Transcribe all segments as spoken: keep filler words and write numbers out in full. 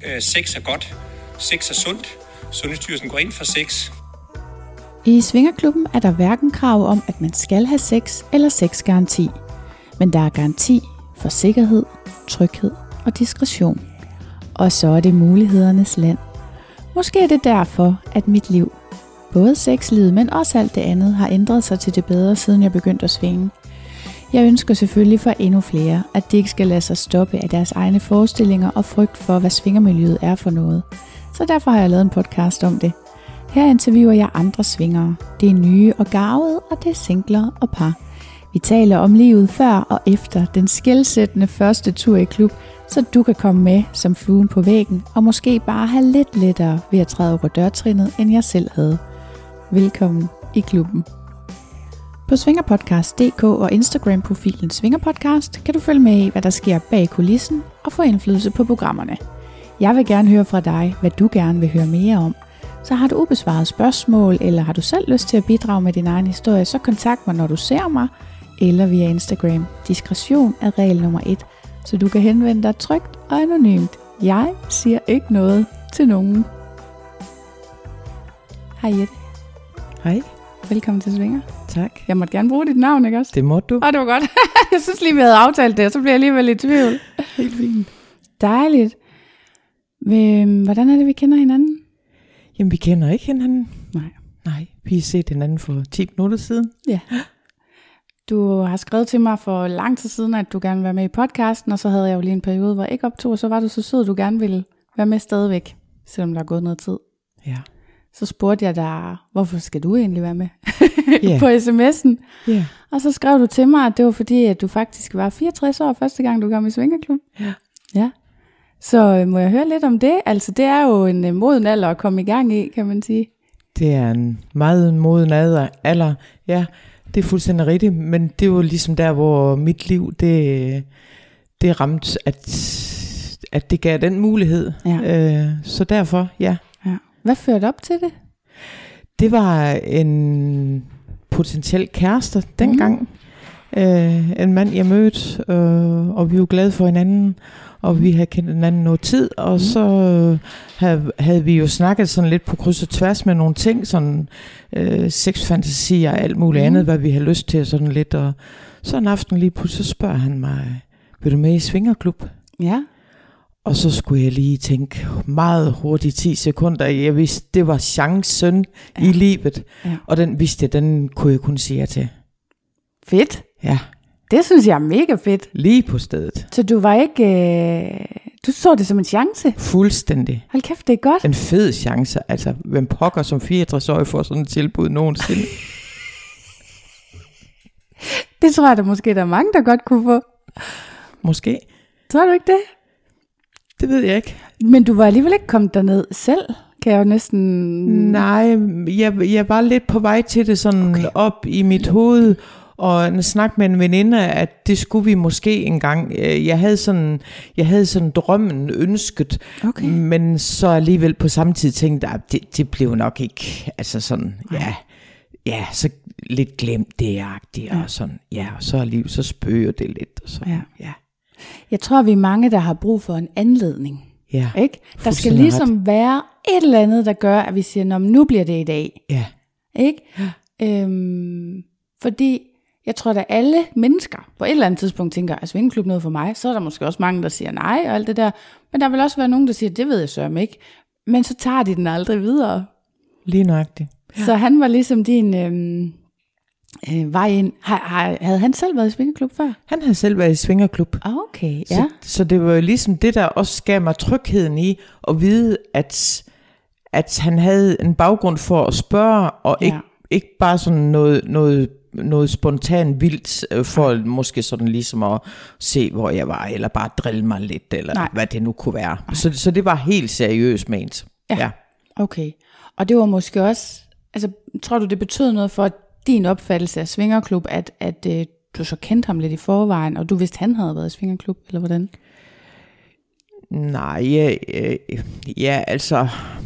Øh, sex er godt. Sex er sundt. Sundhedsstyrelsen går ind for sex. I Svingerklubben er der hverken krav om, at man skal have sex eller sexgaranti. Men der er garanti for sikkerhed, tryghed og diskretion. Og så er det mulighedernes land. Måske er det derfor, at mit liv, både sexlivet, men også alt det andet, har ændret sig til det bedre, siden jeg begyndte at svinge. Jeg ønsker selvfølgelig for endnu flere, at de ikke skal lade sig stoppe af deres egne forestillinger og frygt for, hvad svingermiljøet er for noget. Så derfor har jeg lavet en podcast om det. Her interviewer jeg andre svingere. Det er nye og garvede, og det er singler og par. Vi taler om livet før og efter den skelsættende første tur i klub, så du kan komme med som fluen på væggen, og måske bare have lidt lettere ved at træde over dørtrinnet, end jeg selv havde. Velkommen i klubben. På svingerpodcast punktum d k og Instagram-profilen Svingerpodcast kan du følge med i, hvad der sker bag kulissen og få indflydelse på programmerne. Jeg vil gerne høre fra dig, hvad du gerne vil høre mere om. Så har du ubesvaret spørgsmål, eller har du selv lyst til at bidrage med din egen historie, så kontakt mig, når du ser mig, eller via Instagram. Diskretion er regel nummer et, så du kan henvende dig trygt og anonymt. Jeg siger ikke noget til nogen. Hej Jette. Hej. Velkommen til Svinger. Tak. Jeg måtte gerne bruge dit navn, ikke også? Det måtte du. Åh, det var godt. Jeg synes lige, vi havde aftalt det, og så bliver jeg alligevel i tvivl. Helt fint. Dejligt. Hvordan er det, vi kender hinanden? Jamen, vi kender ikke hinanden. Nej. Nej, vi har set hinanden for ti minutter siden. Ja. Du har skrevet til mig for lang tid siden, at du gerne vil være med i podcasten, og så havde jeg jo lige en periode, hvor jeg ikke optog, og så var du så sød, at du gerne ville være med stadigvæk, selvom der er gået noget tid. Ja. Så spurgte jeg dig, hvorfor skal du egentlig være med yeah. på sms'en? Yeah. Og så skrev du til mig, at det var fordi, at du faktisk var fireogtres år første gang, du kom i Svingerklub. Ja. Ja. Så øh, må jeg høre lidt om det? Altså, det er jo en øh, moden alder at komme i gang i, kan man sige. Det er en meget moden alder. Ja, det er fuldstændig rigtigt, men det er jo ligesom der, hvor mit liv, det, det ramte, at, at det gav den mulighed. Ja. Øh, så derfor, ja. ja. Hvad førte op til det? Det var en potentiel kæreste dengang. Mm. Øh, en mand, jeg mødte, øh, og vi var glade for hinanden, og vi havde kendt hinanden noget tid, og mm. så øh, havde, havde vi jo snakket sådan lidt på kryds og tværs med nogle ting, sådan øh, sexfantasi og alt muligt mm. andet, hvad vi havde lyst til, sådan lidt, og så en aften lige pludselig, så spørger han mig, vil du med i Svingerklub? Ja. Og så skulle jeg lige tænke meget hurtigt, ti sekunder, jeg vidste, det var chancen ja. i livet, ja. og den vidste jeg, den kunne jeg kun sige ja til. Fedt. Ja. Det synes jeg er mega fedt. Lige på stedet. Så du var ikke, øh, du så det som en chance? Fuldstændig. Hold kæft, det er godt. En fed chance. Altså, hvem pokker som fireogtres-årig får sådan et tilbud nogensinde? Det tror jeg da måske, der er mange, der godt kunne få. Måske. Tror du ikke det? Det ved jeg ikke. Men du var alligevel ikke kommet derned selv, kan jeg jo næsten... Nej, jeg, jeg var lidt på vej til det sådan okay. op i mit hoved, og en snak med en veninde, at det skulle vi måske engang. Jeg havde sådan, jeg havde sådan drømmen, ønsket, okay. men så alligevel på samme tid tænkte jeg, at det, det blev nok ikke, altså sådan, ja, ja, så lidt glemt det-agtigt, ja. og sådan, ja, og så er liv, så spøger det lidt, og så, ja. ja. Jeg tror, vi er mange, der har brug for en anledning. Ja, ikke? Der skal ligesom ret. være et eller andet, der gør, at vi siger, nu bliver det i dag. Ja. Ikke? Ja. Øhm, fordi jeg tror, at alle mennesker på et eller andet tidspunkt tænker, er Svingerklub noget for mig? Så er der måske også mange, der siger nej og alt det der. Men der vil også være nogen, der siger, det ved jeg sørme ikke. Men så tager de den aldrig videre. Lige nøjagtigt. Ja. Så han var ligesom din øhm, øh, vej ind. Har, har, havde han selv været i Svingerklub før? Han havde selv været i Svingerklub. Okay, ja. Så, så det var jo ligesom det, der også gav mig trygheden i at vide, at, at han havde en baggrund for at spørge, og ja. ikke, ikke bare sådan noget, noget, noget spontant vildt, for Nej. måske sådan ligesom at se, hvor jeg var, eller bare drille mig lidt, eller Nej. hvad det nu kunne være. Så, så det var helt seriøst ment. Ja. ja, okay. Og det var måske også, altså tror du, det betød noget for din opfattelse af Svingerklub, at, at øh, du så kendte ham lidt i forvejen, og du vidste, han havde været i Svingerklub, eller hvordan? Nej, ja, ja, ja altså,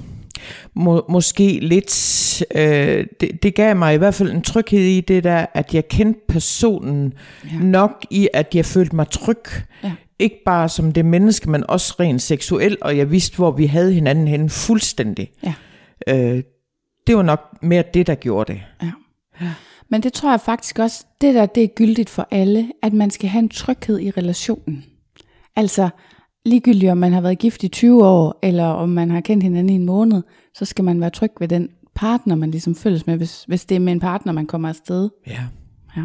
må, måske lidt, øh, det, det gav mig i hvert fald en tryghed i det der, at jeg kendte personen ja. nok i, at jeg følte mig tryg. Ja. Ikke bare som det menneske, men også rent seksuelt, og jeg vidste, hvor vi havde hinanden henne fuldstændig. Ja. Øh, det var nok mere det, der gjorde det. Ja. Ja. Men det tror jeg faktisk også, det der, det er gyldigt for alle, at man skal have en tryghed i relationen. Altså, ligegyldigt om man har været gift i tyve år, eller om man har kendt hinanden i en måned, så skal man være tryg ved den partner, man ligesom følges med, hvis, hvis det er med en partner, man kommer afsted. Ja. Ja.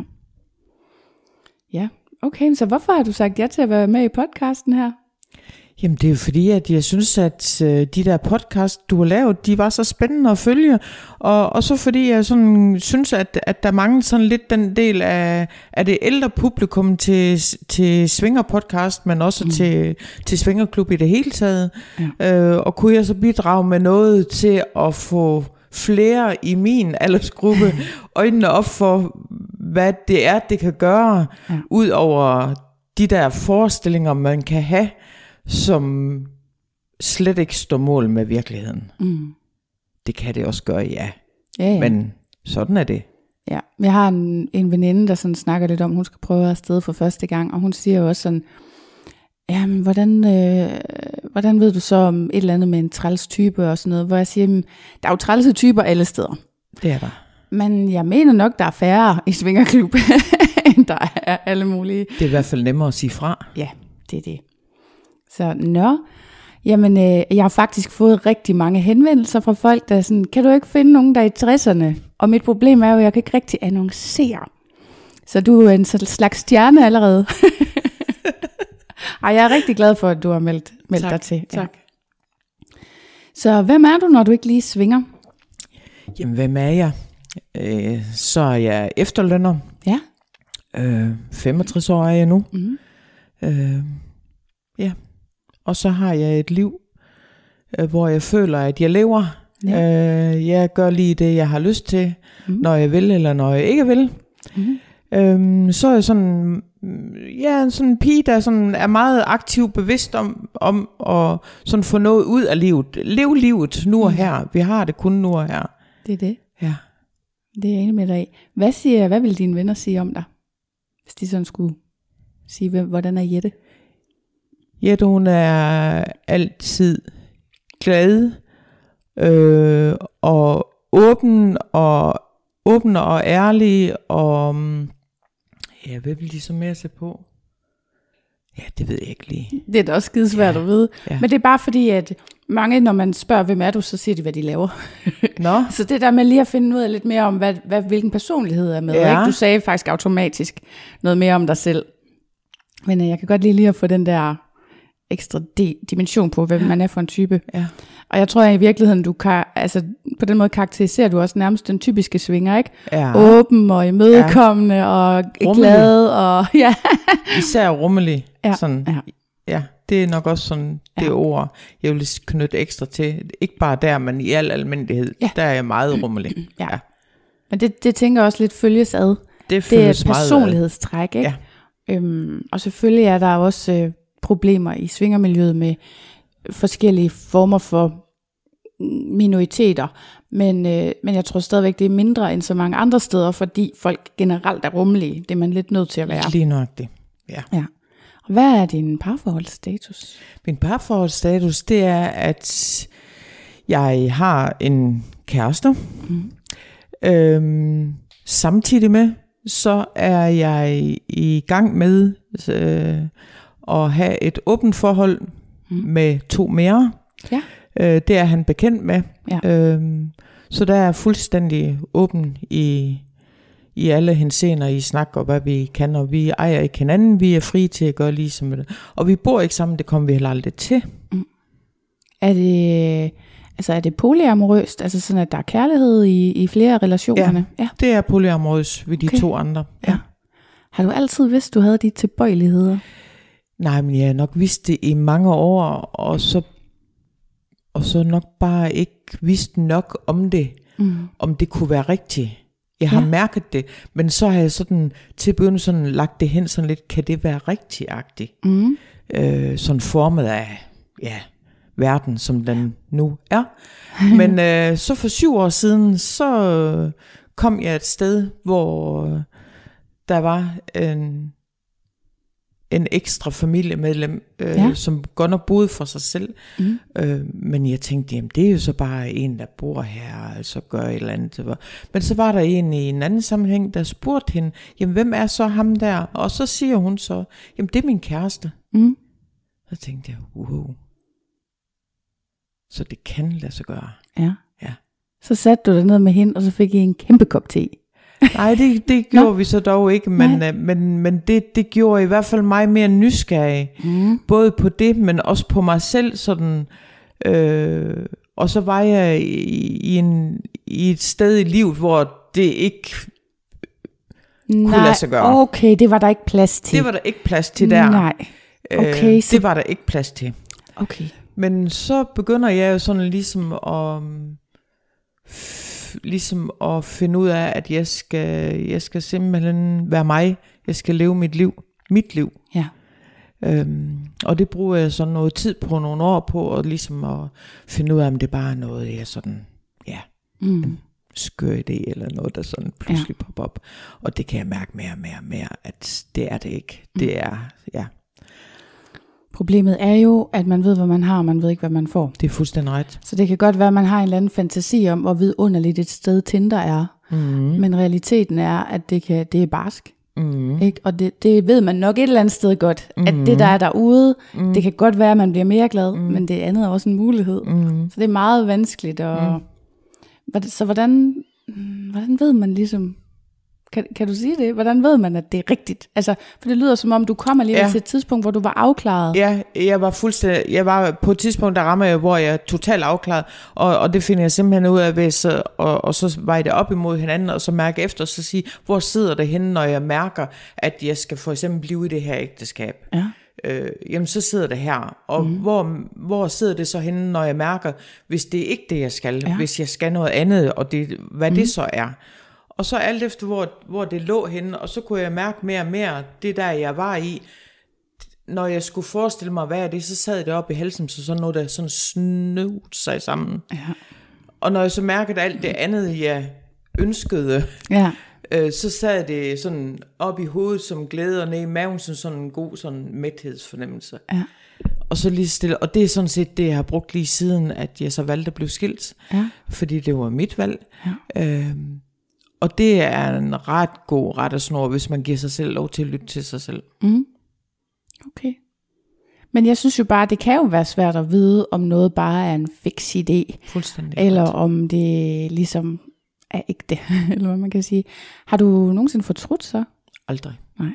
Ja, okay, så hvorfor har du sagt ja til at være med i podcasten her? Jamen det er jo fordi, at jeg synes, at øh, de der podcast, du har lavet, de var så spændende at følge. Og, og så fordi jeg sådan synes, at, at der mangler sådan lidt den del af, af det ældre publikum til, til Swinger podcast, men også mm. til, til Swinger Klub i det hele taget. Ja. Øh, og kunne jeg så bidrage med noget til at få flere i min aldersgruppe øjnene op for, hvad det er, det kan gøre, ja. ud over de der forestillinger, man kan have, som slet ikke står mål med virkeligheden. Mm. Det kan det også gøre, ja. Ja, ja. Men sådan er det. Ja, jeg har en, en veninde, der sådan snakker lidt om, hun skal prøve afsted for første gang, og hun siger jo også sådan, jamen, hvordan, øh, hvordan ved du så om et eller andet med en træls type og sådan noget, hvor jeg siger, der er jo trælse typer alle steder. Det er der. Men jeg mener nok, der er færre i Swinger Klub, end der er alle mulige. Det er i hvert fald nemmere at sige fra. Ja, det er det. Så nå, jamen øh, jeg har faktisk fået rigtig mange henvendelser fra folk, der er sådan, kan du ikke finde nogen, der er i tresserne? Og mit problem er jo, at jeg kan ikke rigtig annoncere. Så du er en slags stjerne allerede. Ej, jeg er rigtig glad for, at du har meldt, meldt tak, dig til. Ja. Tak. Så hvem er du, når du ikke lige swinger? Jamen, hvem er jeg? Øh, så er jeg efterlønner. Ja. Øh, femogtres år er jeg nu. Mm-hmm. Øh, ja. Og så har jeg et liv, øh, hvor jeg føler, at jeg lever. Ja. Øh, jeg gør lige det, jeg har lyst til, mm-hmm. når jeg vil, eller når jeg ikke vil. Mm-hmm. Øhm, så er jeg sådan, ja, sådan en pige, der sådan er meget aktiv, bevidst om, om at sådan få noget ud af livet. Lev livet nu og her. Vi har det kun nu og her. Det er det. Ja. Det er jeg enig med dig i. Hvad, siger, hvad vil dine venner sige om dig? Hvis de sådan skulle sige, hvordan er Jette? Jette, hun er altid glad øh, og åben og åben og ærlig og ja, hvad vil de så mere se på? Ja, det ved jeg ikke lige. Det er da også skidesvært ja, at vide. Ja. Men det er bare fordi, at mange, når man spørger, hvem er du, så siger de, hvad de laver. Nå. Så det der med lige at finde ud af lidt mere om, hvad, hvad, hvilken personlighed er med. Ja. Ikke? Du sagde faktisk automatisk noget mere om dig selv. Men jeg kan godt lide lige at få den der ekstra dimension på, hvem ja. man er for en type. Ja. Og jeg tror, at i virkeligheden, du kan, altså på den måde karakteriserer du også nærmest den typiske swinger, ikke? Ja. Åben og imødekommende ja. og glad og ja. Især rummelig. Ja. Sådan. Ja. Ja, det er nok også sådan det ja. ord, jeg vil knytte ekstra til. Ikke bare der, men i al almindelighed. Ja. Der er jeg meget rummelig. Ja. Ja. Men det, det tænker jeg også lidt følges ad. Det, følges det er et personlighedstræk, ikke? Ja. Øhm, og selvfølgelig er der også øh, problemer i swingermiljøet med forskellige former for minoriteter, men, øh, men jeg tror stadigvæk, det er mindre end så mange andre steder, fordi folk generelt er rummelige. Det er man lidt nødt til at være. Lige nok det, ja. ja. Og hvad er din parforholdsstatus? Min parforholdsstatus, det er, at jeg har en kæreste. Mm. Øhm, samtidig med, så er jeg i gang med øh, at have et åbent forhold mm. med to mere. Ja. Øh, det er han bekendt med. Ja. Øhm, så der er fuldstændig åben i, i alle henseender i snak og hvad vi kan, og vi ejer ikke hinanden. Vi er frie til at gøre lige som det. Og vi bor ikke sammen, det kommer vi heller aldrig til. Mm. Er det... Altså er det polyamorøst, altså sådan at der er kærlighed i, i flere af relationerne? Ja, ja, det er polyamorøst ved de okay. to andre. Ja. Ja. Har du altid vidst, du havde de tilbøjeligheder? Nej, men jeg har nok vidst det i mange år, og så, og så nok bare ikke vidst nok om det, mm. om det kunne være rigtigt. Jeg har ja. mærket det, men så har jeg sådan til begyndelsen sådan lagt det hen sådan lidt, kan det være rigtigt-agtigt? Mm. Øh, sådan formet af, ja... verden, som den nu er. Men øh, så for syv år siden, så øh, kom jeg et sted, hvor øh, der var en, en ekstra familiemedlem, øh, ja. som godt nok boede for sig selv. Mm. Øh, men jeg tænkte, jamen det er jo så bare en, der bor her, altså gør et eller andet. Men så var der en i en anden sammenhæng, der spurgte hende, jamen hvem er så ham der? Og så siger hun så, jamen det er min kæreste. Mm. Så tænkte jeg, wow. Så det kan lade sig gøre. Ja. ja. Så satte du dig ned med hende, og så fik I en kæmpe kop te. Nej, det, det gjorde Nå. vi så dog ikke, men, uh, men, men det, det gjorde i hvert fald mig mere nysgerrig. Mm. Både på det, men også på mig selv. Sådan, øh, og så var jeg i, i, en, i et sted i livet, hvor det ikke kunne Nej, lade sig gøre. Okay, det var der ikke plads til. Det var der ikke plads til der. Nej, okay. Øh, så... Det var der ikke plads til. Okay. Men så begynder jeg jo sådan ligesom at... ligesom at finde ud af, at jeg skal, jeg skal simpelthen være mig. Jeg skal leve mit liv. Mit liv. Ja. Øhm, og det bruger jeg sådan noget tid på, nogle år på, og ligesom at finde ud af, om det bare er noget, jeg sådan, ja, mm. en skør idé, eller noget, der sådan pludselig ja. popper op. Og det kan jeg mærke mere og mere og mere, at det er det ikke. Det mm. er, ja. Problemet er jo, at man ved, hvad man har, og man ved ikke, hvad man får. Det er fuldstændig ret. Så det kan godt være, at man har en eller anden fantasi om, hvor vidunderligt et sted Tinder er. Mm. Men realiteten er, at det, kan, det er barsk. Mm. Ikke? Og det, det ved man nok et eller andet sted godt. Mm. At det, der er derude, mm. det kan godt være, at man bliver mere glad, mm. men det andet er også en mulighed. Mm. Så det er meget vanskeligt. Og, mm. Så hvordan, hvordan ved man ligesom... Kan, kan du sige det? Hvordan ved man, at det er rigtigt? Altså, for det lyder som om, du kom alligevel ja. til et tidspunkt, hvor du var afklaret. Ja, jeg var fuldstændig, jeg var på et tidspunkt, der rammer jeg, hvor jeg er totalt afklaret, og, og det finder jeg simpelthen ud af, ved, så, og, og så veje det op imod hinanden, og så mærke efter, og så sige, hvor sidder det henne, når jeg mærker, at jeg skal for eksempel blive i det her ægteskab. Ja. Øh, jamen, så sidder det her. Og mm. hvor, hvor sidder det så henne, når jeg mærker, hvis det er ikke det, jeg skal, ja. hvis jeg skal noget andet, og det, hvad mm. det så er. Og så alt efter, hvor, hvor det lå henne, og så kunne jeg mærke mere og mere, det der jeg var i, når jeg skulle forestille mig, hvad er det, så sad det op i halsen, så sådan noget, der sådan snøvede sig sammen. Ja. Og når jeg så mærkede alt det andet, jeg ønskede, ja. øh, så sad det sådan op i hovedet som glæde, og ned i maven som sådan en god sådan mæthedsfornemmelse. Ja. Og så lige stille, og det er sådan set det, jeg har brugt lige siden, at jeg så valgte at blive skilt, ja. fordi det var mit valg. Ja. Øh, Og det er en ret god rettesnor, hvis man giver sig selv lov til at lytte til sig selv. Mm. Okay. Men jeg synes jo bare, det kan jo være svært at vide, om noget bare er en fix idé. Fuldstændig. Eller ret. Om det ligesom er ægte, eller hvad man kan sige. Har du nogensinde fortrudt så? Aldrig. Nej.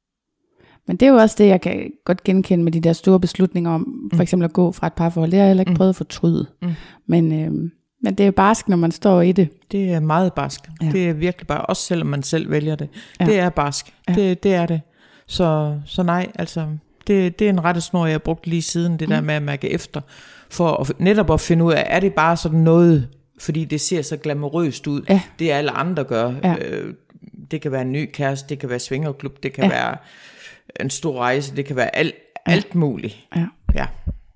Men det er jo også det, jeg kan godt genkende med de der store beslutninger om, for eksempel at gå fra et parforhold. Det har jeg heller ikke mm. prøvet at fortryde. Mm. Men... Øhm, Men det er jo barsk, når man står i det. Det er meget barsk. Ja. Det er virkelig bare, også selvom man selv vælger det. Ja. Det er barsk. Ja. Det, det er det. Så, så nej, altså, det, det er en rettesnor, jeg har brugt lige siden, det mm. der med at mærke efter. For at, netop at finde ud af, er det bare sådan noget, fordi det ser så glamourøst ud. Ja. Det er alle andre gør. Ja. Øh, det kan være en ny kæreste, det kan være svingerklub, det kan ja. være en stor rejse, det kan være alt, ja. alt muligt. Ja. Ja.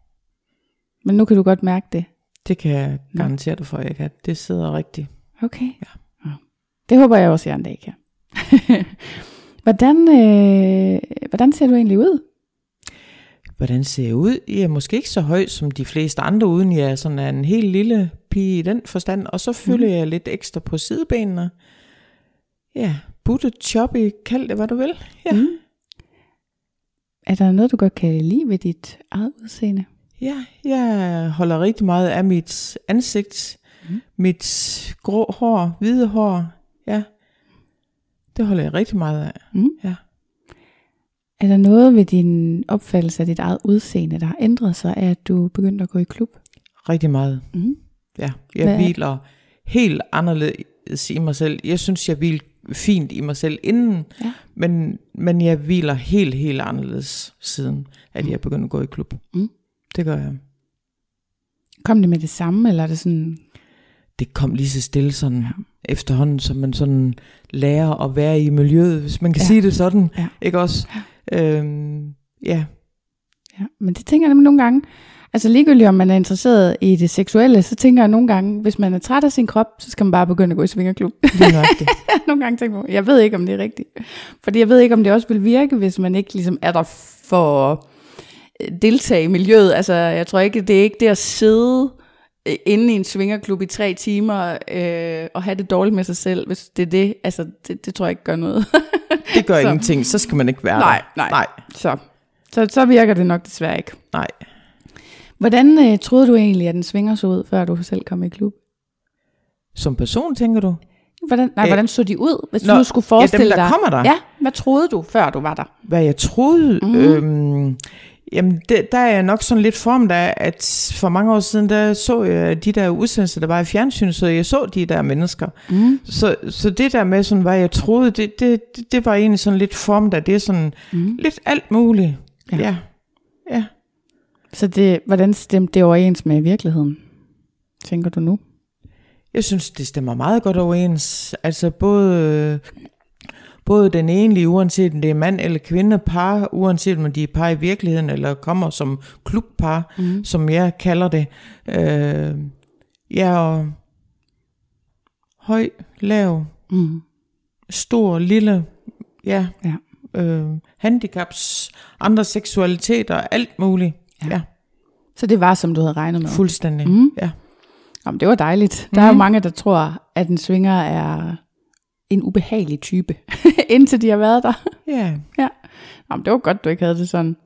Men nu kan du godt mærke det. Det kan jeg garantere dig for, at jeg kan. Det sidder rigtigt. Okay. Ja. Det håber jeg også, jeg en dag kan. hvordan, øh, hvordan ser du egentlig ud? Hvordan ser jeg ud? Jeg er måske ikke så høj som de fleste andre, uden jeg er sådan en helt lille pige i den forstand. Og så føler mm. jeg lidt ekstra på sidebenene. Ja, buttet, choppy, kald det, hvad du vil. Ja. Mm. Er der noget, du godt kan lide ved dit eget udseende? Ja, jeg holder rigtig meget af mit ansigt, mm. mit grå hår, hvide hår, ja, det holder jeg rigtig meget af, mm. ja. Er der noget ved din opfattelse af dit eget udseende, der har ændret sig af, at du begyndte at gå i klub? Rigtig meget, mm. ja, jeg Hvad? hviler helt anderledes i mig selv. Jeg synes, jeg hviler fint i mig selv inden, ja. men, men jeg hviler helt, helt anderledes siden, at mm. jeg begyndte at gå i klub. Mm. Det gør jeg. Kom det med det samme, eller er det sådan? Det kom lige så stille sådan, ja. efterhånden, som man sådan lærer at være i miljøet, hvis man kan ja. sige det sådan, ja. ikke også? Ja. Øhm, ja. Ja, men det tænker jeg nemlig nogle gange, Altså ligegyldigt om man er interesseret i det seksuelle, så tænker jeg nogle gange, hvis man er træt af sin krop, så skal man bare begynde at gå i svingerklub. Lige nok det. Nogle gange tænker jeg, jeg ved ikke, om det er rigtigt. Fordi jeg ved ikke, om det også vil virke, hvis man ikke ligesom er der for at deltage i miljøet. Altså jeg tror ikke, det er ikke det at sidde inde i en svingerklub i tre timer øh, og have det dårligt med sig selv, hvis det er det. Altså det, det tror jeg ikke gør noget. Det gør ingenting, så skal man ikke være nej, der. Nej, nej. Så, så, så virker det nok desværre ikke. Nej. Hvordan øh, troede du egentlig, at den svinger så ud, før du selv kom i klub? Som person, tænker du? Hvordan, nej, Æh, hvordan så de ud, hvis nå, du nu skulle forestille ja, dem, der dig? kommer der. Ja, hvad troede du, før du var der? Hvad jeg troede? Mm-hmm. Øhm, jamen, det, der er jeg nok sådan lidt formet af, at for mange år siden, der så jeg de der udsendelser, der var i fjernsynet, så jeg så de der mennesker. Mm. Så, så det der med, sådan, hvad jeg troede, det, det, det, det var egentlig sådan lidt formet af, det er sådan mm. lidt alt muligt. Ja. ja. ja. Så det, hvordan stemte det overens med virkeligheden, tænker du nu? Jeg synes, det stemmer meget godt overens. Altså både, både den enlige, uanset om det er mand eller kvinde, par, uanset om de er par i virkeligheden, eller kommer som klubpar, mm. som jeg kalder det. Øh, ja, og høj, lav, mm. stor, lille, ja, ja. Øh, handicaps, andre seksualiteter, alt muligt. Ja. ja. Så det var, som du havde regnet med? Fuldstændig, mm. ja. Jamen, det var dejligt. Der mm. er jo mange, der tror, at en swinger er en ubehagelig type, indtil de har været der. Yeah. Ja. Jamen, det var godt, du ikke havde det sådan.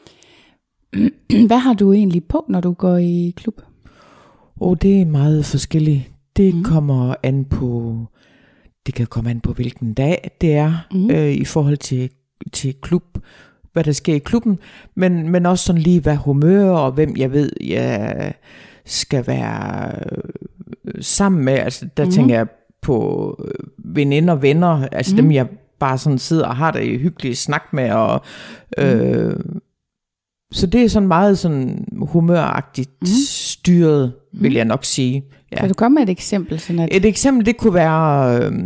Hvad har du egentlig på, når du går i klub? Åh, oh, det er meget forskelligt. Det mm. kommer an på, det kan komme an på, hvilken dag det er, mm. øh, i forhold til, til klub, hvad der sker i klubben, men, men også sådan lige, hvad humør og hvem jeg ved, jeg skal være sammen med. Altså, der mm. tænker jeg på veninder og venner, altså mm. dem, jeg bare sådan sidder og har det hyggeligt snak med, og øh, mm. så det er sådan meget sådan humøragtigt mm. styret, vil jeg nok sige. Ja. Kan du komme med et eksempel? Sådan at... Et eksempel, det kunne være, øh,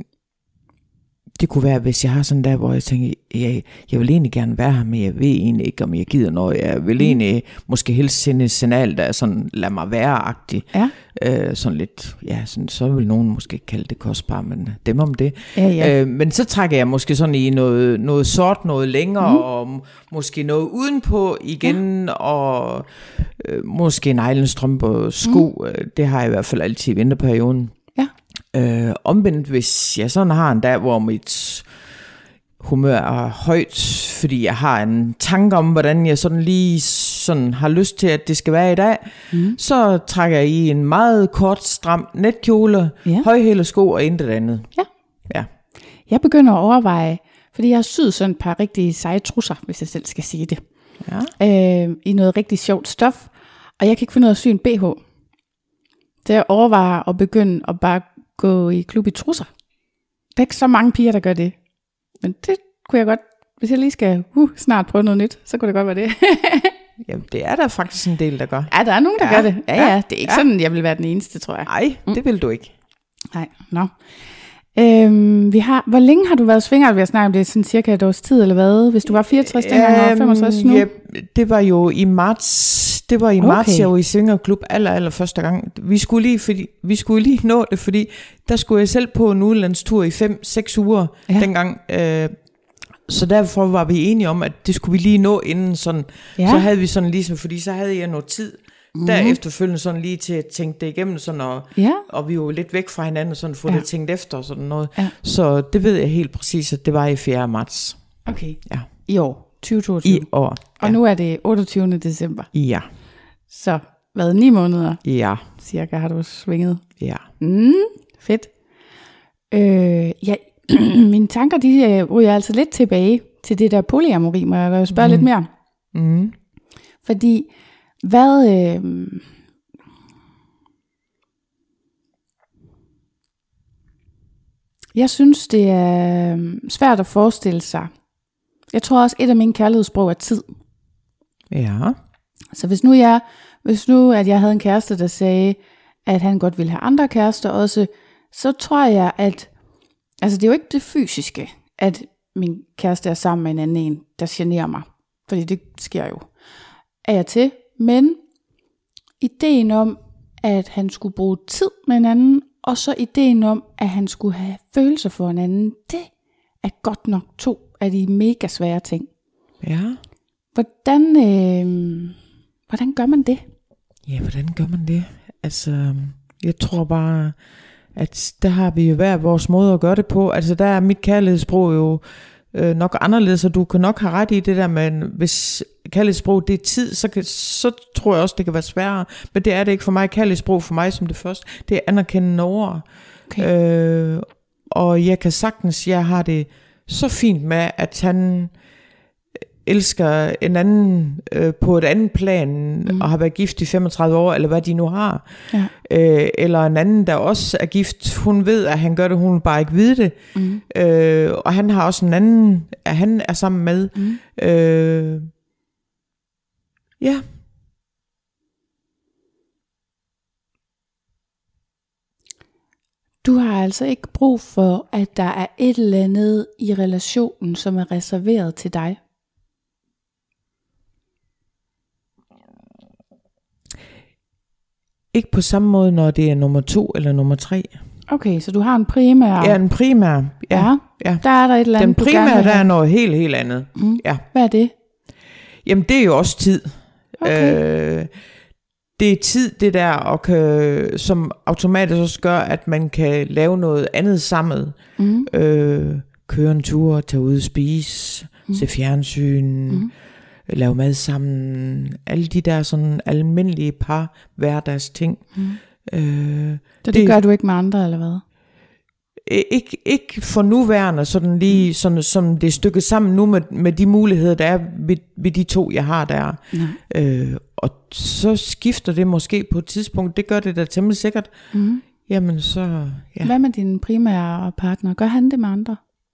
det kunne være, hvis jeg har sådan der, hvor jeg tænker, jeg, jeg vil egentlig gerne være her, men jeg ved egentlig ikke, om jeg gider noget. Jeg vil mm. egentlig måske helst sende et signal, der er sådan, lad mig være-agtig. Ja. Øh, sådan lidt, ja, sådan, så vil nogen måske kalde det kostbar, men dem om det. Ja, ja. Øh, men så trækker jeg måske sådan i noget, noget sort, noget længere, mm. og måske noget udenpå igen, ja. og øh, måske neglestrømper, sko. Mm. Det har jeg i hvert fald altid i vinterperioden. Øh, omvendt, hvis jeg sådan har en dag, hvor mit humør er højt, fordi jeg har en tanke om, hvordan jeg sådan lige sådan har lyst til, at det skal være i dag, mm. så trækker jeg i en meget kort, stram netkjole, ja. højhælede sko og intet andet. Ja. ja. Jeg begynder at overveje, fordi jeg har syet sådan et par rigtig seje trusser, hvis jeg selv skal sige det, ja. øh, i noget rigtig sjovt stof, og jeg kan ikke finde ud af at sy en B H. Så jeg overvejer at begynde at bare gå i klub i trusser. Der er ikke så mange piger, der gør det. Men det kunne jeg godt, hvis jeg lige skal uh, snart prøve noget nyt, så kunne det godt være det. Jamen, det er der faktisk en del, der gør. Ja, der er nogen, der ja. gør det. Ja, ja, det er ikke ja. sådan, jeg vil være den eneste, tror jeg. Nej, mm. det vil du ikke. Nej, nå. No. Øhm, vi har, hvor længe har du været swinger? Vi har snakket om det sådan cirka et års tid, eller hvad? Hvis du var fireogtres øhm, dengang og femogtres nu? Ja, det var jo i marts. Det var i okay. marts, jeg var i svingerklub aller, aller første gang. Vi skulle lige, fordi, vi skulle lige nå det, fordi der skulle jeg selv på en udlandstur i fem, seks uger ja. dengang. Øh, så derfor var vi enige om, at det skulle vi lige nå inden sådan. Ja. Så havde vi sådan ligesom, fordi så havde jeg noget tid. Mm-hmm. Der efterfølgende sådan lige til at tænke det igennem sådan, og, ja. og vi var jo lidt væk fra hinanden og sådan få ja. det tænkt efter og sådan noget. Ja. Så det ved jeg helt præcis, at det var i fjerde marts. Okay. Ja. I år tyve toogtyve. I år. Ja. Og nu er det otteogtyvende december. Ja. Så hvad, ni måneder? Ja. Cirka har du svinget. Ja. Mm, fedt. Øh, ja, mine tanker, de ryger altså lidt tilbage til det der polyamori, må jeg spørge mm. lidt mere. Mm. Fordi Hvad, øh, jeg synes, det er svært at forestille sig. Jeg tror også, et af mine kærlighedssprog er tid. Ja. Så hvis nu jeg, hvis nu at jeg havde en kæreste, der sagde, at han godt ville have andre kærester også, så tror jeg, at, altså det er jo ikke det fysiske, at min kæreste er sammen med en anden en, der generer mig. Fordi det sker jo af og til. Men ideen om, at han skulle bruge tid med en anden, og så ideen om, at han skulle have følelser for en anden, det er godt nok to af de mega svære ting. Ja. Hvordan, øh, hvordan gør man det? Ja, hvordan gør man det? Altså, jeg tror bare, at der har vi jo hver vores måde at gøre det på. Altså, der er mit kærlighedssprog jo øh, nok anderledes, og du kan nok have ret i det der, men hvis kærlighedssprog det er tid, så, kan, så tror jeg også, det kan være sværere. Men det er det ikke for mig. Kærlighedssprog for mig som det første, det er anerkendende ord. Okay. Øh, og jeg kan sagtens, jeg har det så fint med, at han elsker en anden øh, på et andet plan, mm. og har været gift i femogtredive år, eller hvad de nu har. Ja. Øh, eller en anden, der også er gift, hun ved, at han gør det, hun vil bare ikke vide det. Mm. Øh, og han har også en anden, at han er sammen med. Mm. Øh, ja. Du har altså ikke brug for, at der er et eller andet i relationen, som er reserveret til dig. Ikke på samme måde, når det er nummer to eller nummer tre. Okay, så du har en primær. Ja, en primær. Ja, ja, ja. Der er der et eller andet. Den primære, der er noget helt, helt andet. Mm. Ja. Hvad er det? Jamen, det er jo også tid. Okay. Øh, det er tid, det der, og kan, som automatisk også gør, at man kan lave noget andet sammen. Mm. Øh, køre en tur, tage ud og spise, mm. se fjernsyn, mm. lave mad sammen, alle de der sådan almindelige par hverdags ting. Mm. Øh, så det, det gør du ikke med andre, eller hvad? Ikke, ikke for nuværende, sådan lige sådan, som det er stykket sammen nu med, med de muligheder, der er ved, ved de to, jeg har der. Øh, og så skifter det måske på et tidspunkt, det gør det da temmelig sikkert. Mm. Jamen så, ja. Hvad med din primære partner? Gør han det med andre?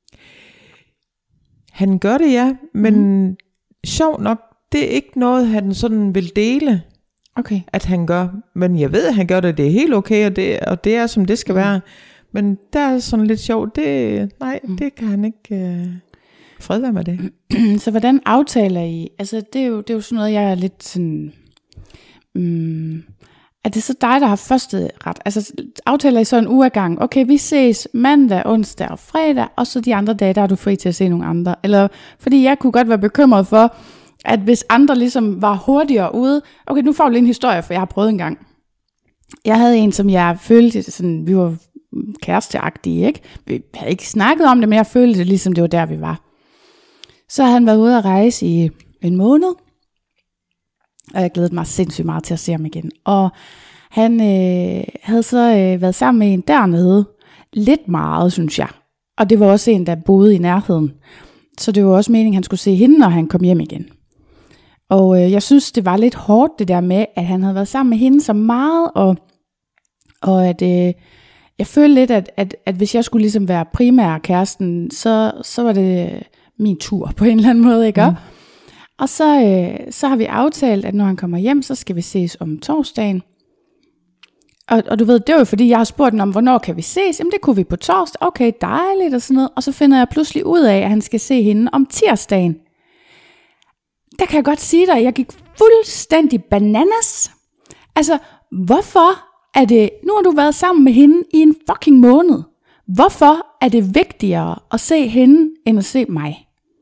Han gør det, ja, men mm. sjovt nok, det er ikke noget, han sådan vil dele, okay. at han gør. Men jeg ved, at han gør det, det er helt okay, og det, og det er, som det skal mm. være. Men der er sådan lidt sjovt, det, nej, mm. det kan han ikke øh, fred være med det. Så hvordan aftaler I? Altså det er jo, det er jo sådan noget, jeg er lidt sådan, um, er det så dig, der har første ret? Altså aftaler I så en uge ad gang? Okay, vi ses mandag, onsdag og fredag, og så de andre dage, der er du fri til at se nogle andre. Eller, fordi jeg kunne godt være bekymret for, at hvis andre ligesom var hurtigere ude, okay, nu får du lige en historie, for jeg har prøvet en gang. Jeg havde en, som jeg følte, sådan, vi var kæresteagtige, ikke? Vi havde ikke snakket om det, men jeg følte det ligesom det var der vi var. Så havde han været ude at rejse i en måned, og jeg glædede mig sindssygt meget til at se ham igen. Og han øh, havde så øh, været sammen med en dernede, lidt meget, synes jeg. Og det var også en, der boede i nærheden. Så det var også meningen, at han skulle se hende, når han kom hjem igen. Og øh, jeg synes, det var lidt hårdt det der med, at han havde været sammen med hende så meget, og, og at øh, jeg følte lidt, at, at, at hvis jeg skulle ligesom være primær kæresten, så, så var det min tur på en eller anden måde, ikke? Mm. Og så, øh, så har vi aftalt, at når han kommer hjem, så skal vi ses om torsdagen. Og, og du ved, det var jo fordi, jeg har spurgt den om, hvornår kan vi ses? Jamen det kunne vi på torsdag. Okay, dejligt og sådan noget. Og så finder jeg pludselig ud af, at han skal se hende om tirsdagen. Der kan jeg godt sige dig, at jeg gik fuldstændig bananas. Altså, hvorfor er det, nu har du været sammen med hende i en fucking måned. Hvorfor er det vigtigere at se hende, end at se mig?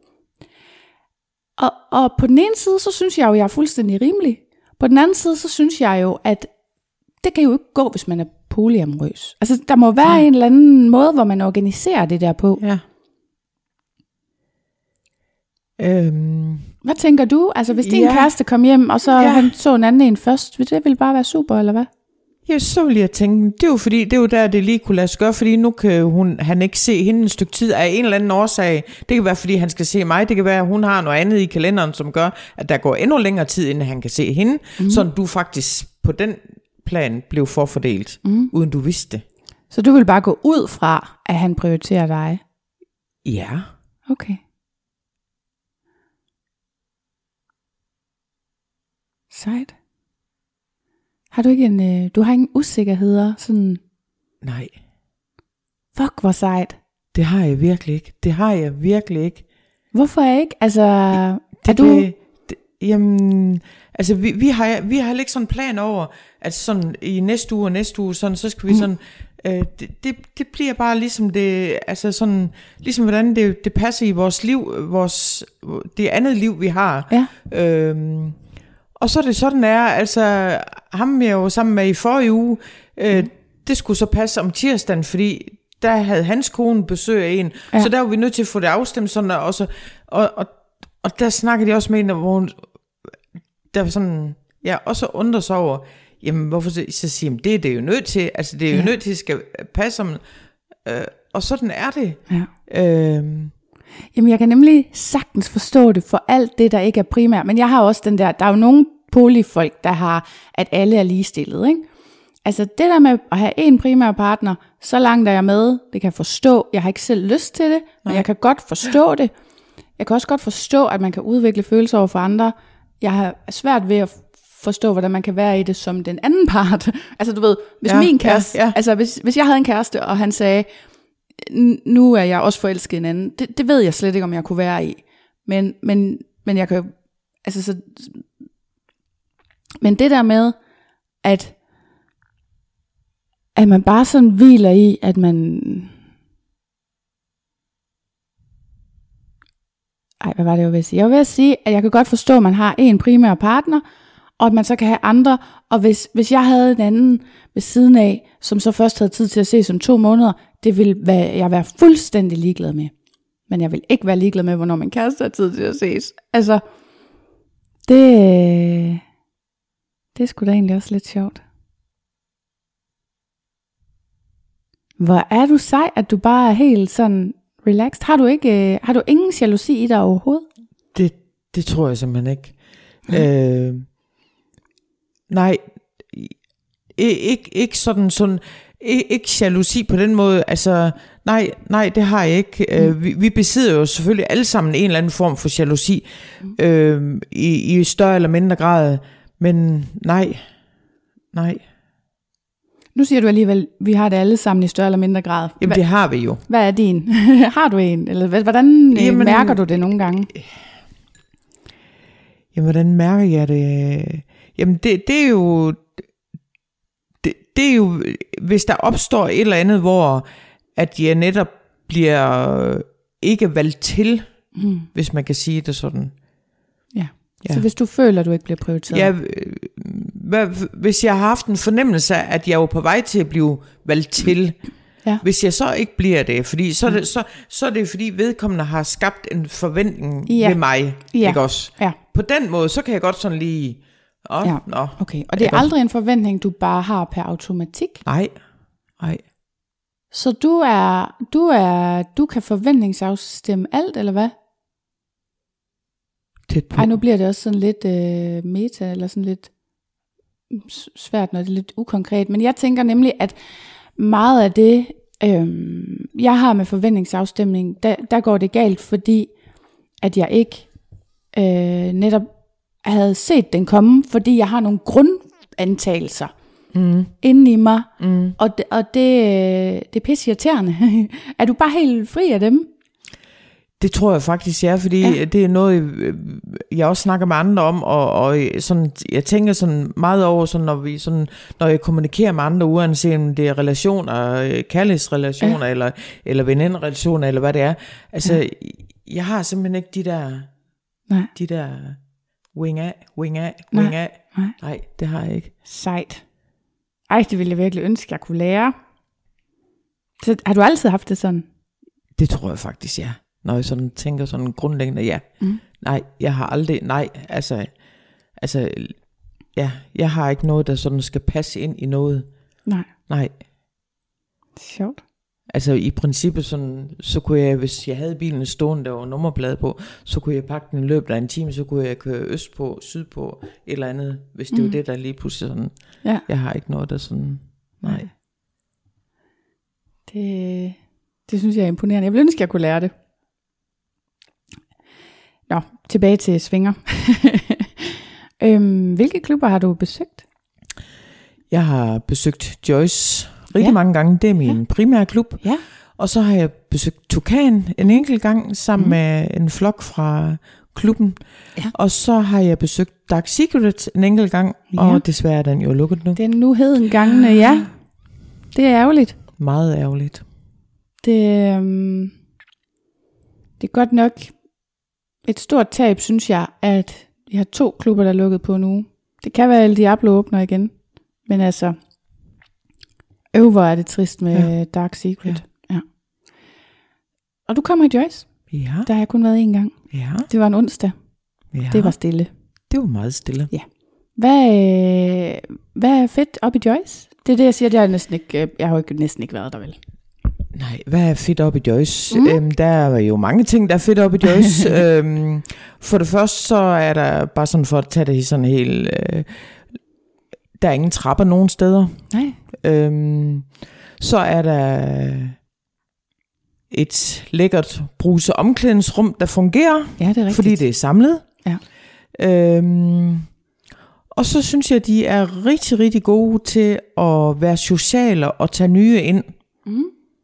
Og, og på den ene side, så synes jeg jo, at jeg er fuldstændig rimelig. På den anden side, så synes jeg jo, at det kan jo ikke gå, hvis man er polyamorøs. Altså, der må være ja. en eller anden måde, hvor man organiserer det der på. Ja. Øhm. Hvad tænker du? Altså, hvis din ja. kæreste kom hjem, og så ja. han så en anden en først, vil det ville bare være super, eller hvad? Ja, så vil jeg tænke, det er jo fordi, det er jo der, det lige kunne lade sig gøre, fordi nu kan hun, han ikke se hende en stykke tid af en eller anden årsag. Det kan være, fordi han skal se mig. Det kan være, at hun har noget andet i kalenderen, som gør, at der går endnu længere tid, inden han kan se hende. Mm. Så du faktisk på den plan blev forfordelt, mm. uden du vidste det. Så du vil bare gå ud fra, at han prioriterer dig? Ja. Okay. Sejt. Har du ikke en, øh, du har ingen usikkerheder, sådan? Nej. Fuck, hvor sejt. Det har jeg virkelig ikke. Det har jeg virkelig ikke. Hvorfor ikke? Altså, det, er du? Det, det, Jamen, altså vi, vi har vi har ikke sådan en plan over, at sådan i næste uge og næste uge, sådan, så skal vi sådan, mm. øh, det, det, det bliver bare ligesom det, altså sådan, ligesom hvordan det, det passer i vores liv, vores, det andet liv, vi har. Ja. Øhm, og så er det sådan er, altså ham jeg jo sammen med i forrige uge, øh, mm. det skulle så passe om tirsdagen, fordi der havde hans kone besøg af en, ja. Så der var vi nødt til at få det afstemt sådan, og, så, og, og, og der snakkede jeg også med en, hvor hun, der var sådan, ja, også undrer sig over, jamen hvorfor så, så siger jeg, det er det jo nødt til, altså det er jo ja. nødt til at skal passe om, øh, og sådan er det. Ja. Øhm. Jamen jeg kan nemlig sagtens forstå det for alt det, der ikke er primært, men jeg har også den der, der er jo nogle polyfolk, der har, at alle er ligestillet, ikke? Altså det der med at have en primær partner, så langt er jeg med, det kan jeg forstå, jeg har ikke selv lyst til det, men Nej. jeg kan godt forstå det. Jeg kan også godt forstå, at man kan udvikle følelser over for andre. Jeg har svært ved at forstå, hvordan man kan være i det som den anden part. Altså du ved, hvis ja, min kæreste, ja, ja. altså hvis, hvis jeg havde en kæreste, og han sagde, nu er jeg også forelsket i en anden, det, det ved jeg slet ikke, om jeg kunne være i. Men, men, men jeg kan altså så, men det der med, at at man bare sådan hviler i, at man, ej, hvad var det, jeg vil sige? Jeg vil sige, at jeg kan godt forstå, at man har en primær partner, og at man så kan have andre, og hvis, hvis jeg havde en anden ved siden af, som så først havde tid til at se som to måneder, det ville være, jeg være fuldstændig ligeglad med. Men jeg vil ikke være ligeglad med, hvornår min kæreste har tid til at ses. Altså, det, det er sgu da egentlig også lidt sjovt. Hvor er du sej, at du bare er helt sådan relaxed. Har du ikke, har du ingen jalousi i dig overhovedet? Det, det tror jeg simpelthen ikke. Mm. Øh, nej, ikke, ikke sådan, sådan ikke, ikke jalousi på den måde. Altså, nej, nej, det har jeg ikke. Mm. Øh, vi, vi besidder jo selvfølgelig alle sammen en eller anden form for jalousi, mm. øh, i, i større eller mindre grad. Men nej, nej. Nu siger du alligevel, vi har det alle sammen i større eller mindre grad. Jamen Hva- det har vi jo. Hvad er din? Har du en? Eller hvordan Jamen, mærker du det nogle gange? Jamen hvordan mærker jeg det? Jamen det, det er jo, det, det er jo, hvis der opstår et eller andet, hvor at jeg netop bliver ikke valgt til, hmm. hvis man kan sige det sådan. Ja. Ja. Så hvis du føler, at du ikke bliver prioriteret? Ja, hvad, hvis jeg har haft en fornemmelse af, at jeg er på vej til at blive valgt til, ja. Hvis jeg så ikke bliver det, fordi så er det, så, så er det fordi vedkommende har skabt en forventning ja. Ved mig, ja. Ikke også? Ja. På den måde, så kan jeg godt sådan lige, åh, ja. Nå. Okay, og det er aldrig en forventning, du bare har per automatik? Nej, nej. Så du er, du er, du kan forventningsafstemme alt, eller hvad? Ej, nu bliver det også sådan lidt øh, meta, eller sådan lidt svært, når det er lidt ukonkret. Men jeg tænker nemlig, at meget af det, øh, jeg har med forventningsafstemning, der, der går det galt, fordi at jeg ikke øh, netop havde set den komme, fordi jeg har nogle grundantagelser mm. inde i mig, mm. og, det, og det, det er pisse irriterende. Er du bare helt fri af dem? Det tror jeg faktisk, ja, fordi ja. Det er noget, jeg også snakker med andre om, og, og sådan, jeg tænker sådan meget over, sådan, når, vi, sådan, når jeg kommunikerer med andre, uanset om det er relationer, kærlighedsrelationer, ja. eller, eller veninderelationer, eller hvad det er. Altså, ja. Jeg har simpelthen ikke de der, Nej. de der wing af, wing af, wing Nej. af. Nej. Nej, det har jeg ikke. Sejt. Ej, det ville jeg virkelig ønske, jeg kunne lære. Så, har du altid haft det sådan? Det tror jeg faktisk, ja. Når jeg sådan tænker sådan grundlæggende, ja, mm. nej, jeg har aldrig, nej, altså, altså, ja, jeg har ikke noget, der sådan skal passe ind i noget. Nej. Nej. Sjovt. Altså i princippet sådan, så kunne jeg, hvis jeg havde bilen stående, der var nummerplade på, så kunne jeg pakke den i løbet af en time, så kunne jeg køre øst på, syd på, et eller andet, hvis det mm. var det, der lige pludselig sådan, ja. Jeg har ikke noget, der sådan, nej. Det, det synes jeg er imponerende. Jeg ville ønske, jeg kunne lære det. Nå, tilbage til swinger. øhm, hvilke klubber har du besøgt? Jeg har besøgt Joyce rigtig ja. mange gange. Det er min ja. primære klub. Ja. Og så har jeg besøgt Tukan en enkelt gang sammen mm. med en flok fra klubben. Ja. Og så har jeg besøgt Dark Secret en enkelt gang, Ja. og desværre er den jo lukket nu. Den nu heden gangene, ja. Det er ærgerligt. Meget ærgerligt. Det, øhm, det er godt nok et stort tab, synes jeg, at vi har to klubber, der er lukket på nu. Det kan være, at Diablo åbner igen. Men altså, øv, hvor er det trist med ja. Dark Secret. Ja. Ja. Og du kommer i Joyce. Ja. Der har jeg kun været en gang. Ja. Det var en onsdag. Ja. Det var stille. Det var meget stille. Ja. Hvad, øh, hvad er fedt op i Joyce? Det er det, jeg siger, at jeg, næsten ikke, jeg har jo ikke, næsten ikke været der, vel? Nej, hvad er fedt op i Joyce? Mm. Øhm, der er jo mange ting, der er fedt op i Joyce. øhm, for det første, så er der bare sådan for at tage det sådan helt... Øh, der er ingen trapper nogen steder. Nej. Øhm, så er der et lækkert bruse omklædningsrum, der fungerer. Ja, det er rigtigt. Fordi det er samlet. Ja. Øhm, og så synes jeg, de er rigtig, rigtig gode til at være sociale og tage nye ind. Mm.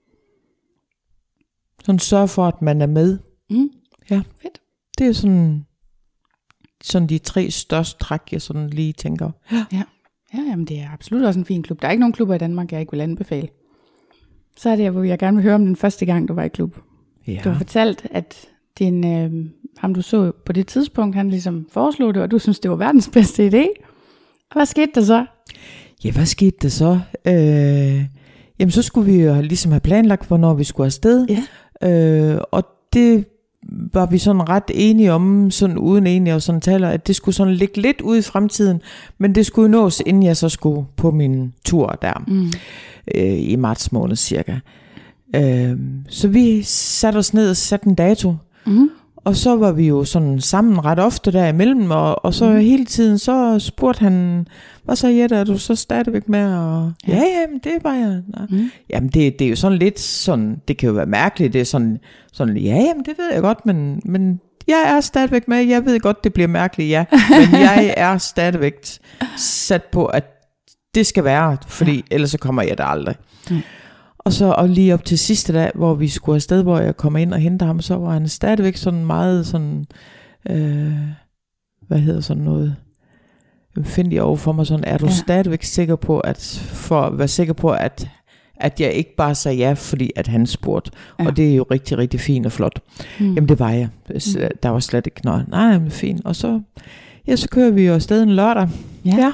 Sådan sørge for, at man er med. Mm. Ja. Fedt. Det er sådan, sådan de tre største træk, jeg sådan lige tænker. Ja. Ja, jamen det er absolut også en fin klub. Der er ikke nogen klubber i Danmark, jeg ikke vil anbefale. Så er det, hvor jeg gerne vil høre om den første gang, du var i klub. Ja. Du har fortalt, at din, øh, ham du så på det tidspunkt, han ligesom foreslog det, og du synes, det var verdens bedste idé. Og hvad skete der så? Ja, hvad skete der så? Øh, jamen, så skulle vi jo ligesom have planlagt, hvornår vi skulle afsted. Ja. Øh, og det var vi sådan ret enige om, sådan uden enige og sådan taler, at det skulle sådan ligge lidt ud i fremtiden, men det skulle nås, inden jeg så skulle på min tur der, mm. øh, i marts måned cirka. Øh, så vi satte os ned og satte en dato, mm. og så var vi jo sådan sammen ret ofte der imellem, og, og så mm. hele tiden, så spurgte han, hvad så Jette, er du så stadigvæk med? Og, ja, ja, jamen det var jeg. Mm. Jamen det, det er jo sådan lidt sådan, det kan jo være mærkeligt, det er sådan, sådan ja, jamen det ved jeg godt, men, men jeg er stadigvæk med, jeg ved godt, det bliver mærkeligt, ja, men jeg er stadigvæk sat på, at det skal være, fordi ja. Ellers så kommer jeg der aldrig. Mm. Og så og lige op til sidste dag, hvor vi skulle afsted, hvor jeg kommer ind og henter ham, så var han stadigvæk sådan meget sådan, øh, hvad hedder sådan noget, empfindig over for mig, sådan, er du ja. Stadigvæk sikker på, at, for at være sikker på, at, at jeg ikke bare sagde ja, fordi at han spurgte. Ja. Og det er jo rigtig, rigtig fint og flot. Mm. Jamen det var jeg. Der var slet ikke noget. Nej, men fint. Og så, ja, så kører vi jo afsted en lørdag. Ja. ja.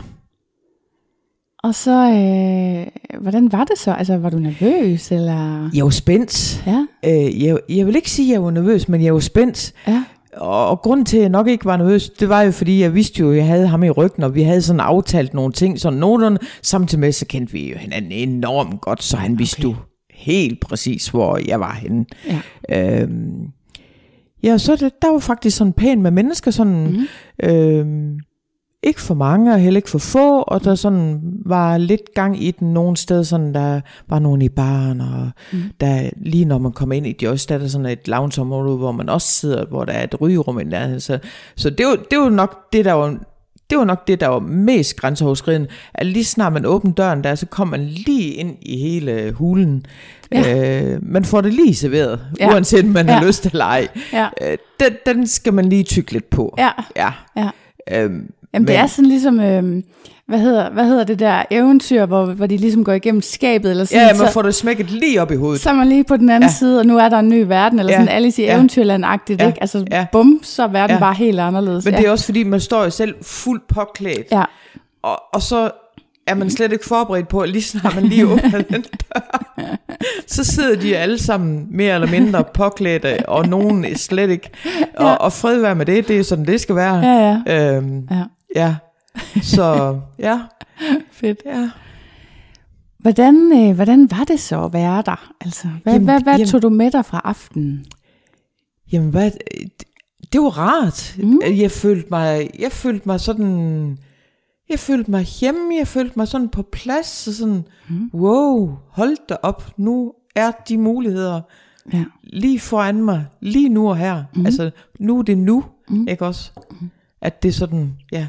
Og så, øh, hvordan var det så? Altså, var du nervøs, eller? Jeg var spændt. Ja. Øh, jeg, jeg vil ikke sige, at jeg var nervøs, men jeg var spændt. Ja. Og, og grunden til, at jeg nok ikke var nervøs, det var jo, fordi jeg vidste jo, at jeg havde ham i ryggen, og vi havde sådan aftalt nogle ting, sådan nogenlunde. Samtidig med, så kendte vi jo hinanden enormt godt, så han vidste okay. jo helt præcis, hvor jeg var henne. Ja. Øhm, ja, så det, der var faktisk sådan pænt med mennesker, sådan... Mm. Øhm, ikke for mange, og heller ikke for få, og der sådan var lidt gang i den nogle steder, sådan der var nogen i baren, og mm. der, lige når man kommer ind i Joyce, der er der sådan et loungeområde, hvor man også sidder, hvor der er et rygerum i nærheden. Så, så det, var, det var nok det, der var, det var nok det, der var mest grænseoverskridende, at lige snart man åbner døren der, så kommer man lige ind i hele hulen. Ja. Øh, man får det lige serveret, ja. Uanset om man ja. Har lyst til eller ej. Ja. Øh, den, den skal man lige tygge lidt på. Ja. Ja. Ja. Øhm, Jamen det er sådan ligesom, øh, hvad, hedder, hvad hedder det der eventyr, hvor, hvor de ligesom går igennem skabet, eller sådan. Ja, man får det smækket lige op i hovedet. Så er man lige på den anden ja. Side, og nu er der en ny verden, eller ja. Sådan Alice i ja. Eventyrland-agtigt, ja. Ikke? Altså ja. Bum, så er verden ja. Bare helt anderledes. Men ja. det er også fordi, man står jo selv fuldt påklædt, ja. og, og så er man slet ikke forberedt på, at lige snart man lige åbner den dør, så sidder de alle sammen mere eller mindre påklædte, og nogen er slet ikke. Og, ja. Og fred være med det, det er sådan, det skal være. Ja, ja. Øhm, ja. Ja, så ja. Fedt. Ja. Hvordan, øh, hvordan var det så at være der? Altså, hvad, jamen, hvad, hvad jamen, tog du med dig fra aftenen? Jamen, hvad, det var rart. Mm. Jeg følte mig, jeg følte mig sådan, jeg følte mig hjemme, jeg følte mig sådan på plads, så sådan, mm. wow, hold da op, nu er de muligheder ja. Lige foran mig, lige nu og her. Mm. Altså, nu er det nu, mm. ikke også? Mm. At det sådan, ja.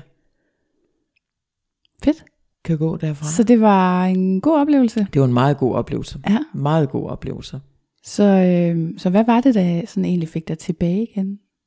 Fedt. Kan gå derfra. Så det var en god oplevelse? Det var en meget god oplevelse. Ja. Meget god oplevelse. Så, øh, så hvad var det, der sådan egentlig fik dig tilbage igen?